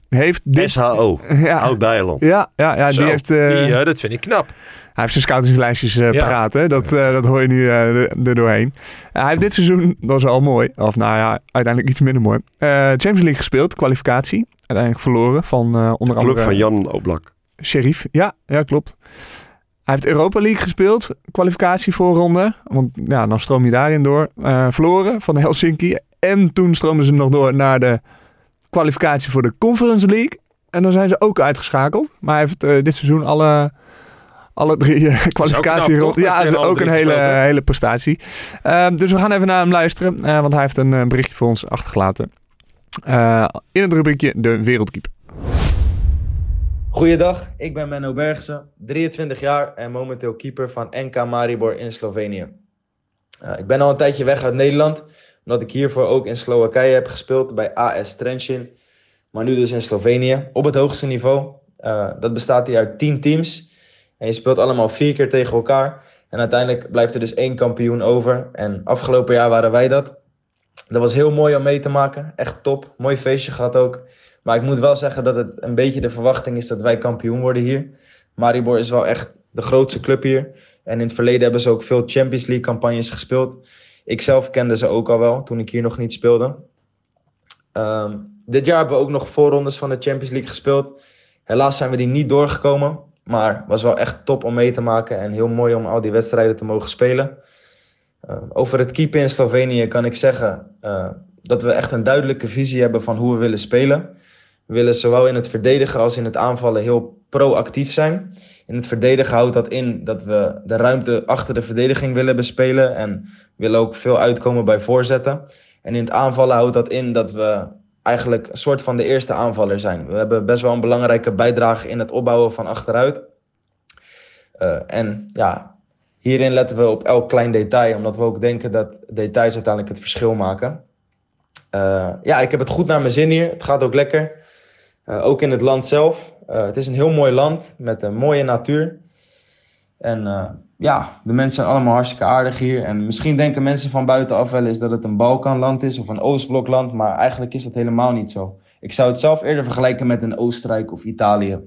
heeft dit... SHO, Oud-Beijerland. Ja, die heeft... dat vind ik knap. Hij heeft zijn scoutingslijstjes paraat, hè? Dat hoor je nu er doorheen. Hij heeft dit seizoen, dat is al mooi, of nou ja, uiteindelijk iets minder mooi, Champions League gespeeld, kwalificatie. Uiteindelijk verloren van onder andere... Club van Jan Oblak. Sheriff, ja, klopt. Hij heeft Europa League gespeeld, kwalificatie voorronde. Want ja, dan stroom je daarin door. Verloren van Helsinki. En toen stroomden ze nog door naar de kwalificatie voor de Conference League. En dan zijn ze ook uitgeschakeld. Maar hij heeft dit seizoen alle 3 kwalificaties rond. Ja, dat is ook een hele prestatie. Dus we gaan even naar hem luisteren. Want hij heeft een berichtje voor ons achtergelaten. In het rubriekje De Wereldkeeper. Goeiedag, ik ben Menno Bergsen, 23 jaar en momenteel keeper van NK Maribor in Slovenië. Ik ben al een tijdje weg uit Nederland, omdat ik hiervoor ook in Slowakije heb gespeeld bij AS Trenčín. Maar nu dus in Slovenië, op het hoogste niveau. Dat bestaat hier uit 10 teams en je speelt allemaal 4 keer tegen elkaar. En uiteindelijk blijft er dus 1 kampioen over en afgelopen jaar waren wij dat. Dat was heel mooi om mee te maken, echt top, mooi feestje gehad ook. Maar ik moet wel zeggen dat het een beetje de verwachting is dat wij kampioen worden hier. Maribor is wel echt de grootste club hier. En in het verleden hebben ze ook veel Champions League campagnes gespeeld. Ik zelf kende ze ook al wel, toen ik hier nog niet speelde. Dit jaar hebben we ook nog voorrondes van de Champions League gespeeld. Helaas zijn we die niet doorgekomen. Maar het was wel echt top om mee te maken. En heel mooi om al die wedstrijden te mogen spelen. Over het keepen in Slovenië kan ik zeggen dat we echt een duidelijke visie hebben van hoe we willen spelen. We willen zowel in het verdedigen als in het aanvallen heel proactief zijn. In het verdedigen houdt dat in dat we de ruimte achter de verdediging willen bespelen. En willen ook veel uitkomen bij voorzetten. En in het aanvallen houdt dat in dat we eigenlijk een soort van de eerste aanvaller zijn. We hebben best wel een belangrijke bijdrage in het opbouwen van achteruit. En ja, hierin letten we op elk klein detail. Omdat we ook denken dat details uiteindelijk het verschil maken. Ik heb het goed naar mijn zin hier. Het gaat ook lekker. Ook in het land zelf. Het is een heel mooi land met een mooie natuur. En de mensen zijn allemaal hartstikke aardig hier. En misschien denken mensen van buitenaf wel eens dat het een Balkanland is of een Oostblokland. Maar eigenlijk is dat helemaal niet zo. Ik zou het zelf eerder vergelijken met een Oostenrijk of Italië.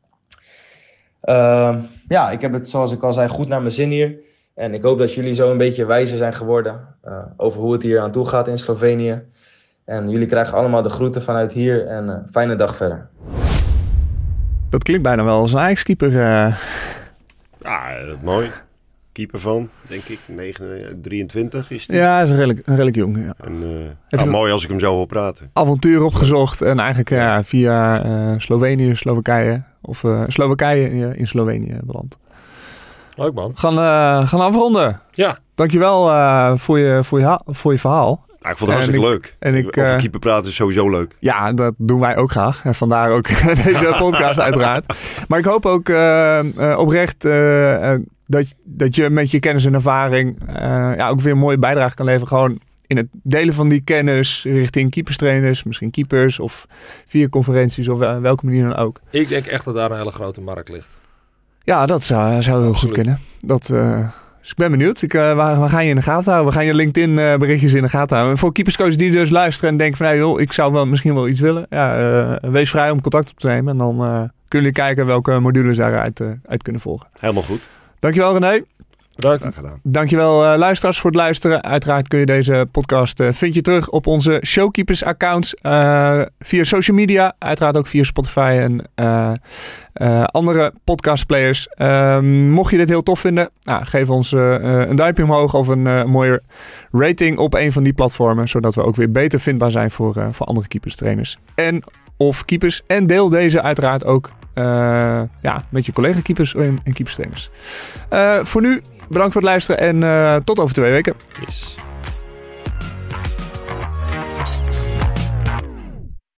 Ik heb het, zoals ik al zei, goed naar mijn zin hier. En ik hoop dat jullie zo een beetje wijzer zijn geworden over hoe het hier aan toe gaat in Slovenië. En jullie krijgen allemaal de groeten vanuit hier en fijne dag verder. Dat klinkt bijna wel als een Ajax-keeper. Ja, dat is mooi. Keeper van, denk ik, 23 is die. Ja, is redelijk jong. Ja. En, mooi als ik hem zo wil praten. Avontuur opgezocht en eigenlijk via Slovenië, Slowakije of Slowakije in Slovenië beland. Leuk man. Gaan afronden. Ja. Dankjewel voor je verhaal. Ja, ik vond het hartstikke leuk. Over keeper praten is sowieso leuk. Ja, dat doen wij ook graag. En vandaar ook deze podcast uiteraard. Maar ik hoop ook oprecht dat je met je kennis en ervaring ook weer een mooie bijdrage kan leveren. Gewoon in het delen van die kennis richting keeperstrainers, misschien keepers of via conferenties of welke manier dan ook. Ik denk echt dat daar een hele grote markt ligt. Ja, dat zou heel goed kunnen. Dus ik ben benieuwd. We gaan je in de gaten houden. We gaan je LinkedIn berichtjes in de gaten houden. En voor keeperscoaches die dus luisteren en denken van ik zou misschien wel iets willen. Ja, wees vrij om contact op te nemen. En dan kunnen jullie kijken welke modules daaruit uit kunnen volgen. Helemaal goed. Dankjewel René. Bedankt. Dankjewel luisteraars voor het luisteren. Uiteraard kun je deze podcast vind je terug op onze Showkeepers accounts. Via social media. Uiteraard ook via Spotify en andere podcastplayers. Mocht je dit heel tof vinden, geef ons een duimpje omhoog of een mooie rating op een van die platformen. Zodat we ook weer beter vindbaar zijn voor andere keeperstrainers. Of keepers. En deel deze uiteraard ook met je collega-keepers en keeperstrainers. Voor nu, bedankt voor het luisteren en tot over 2 weken. Yes.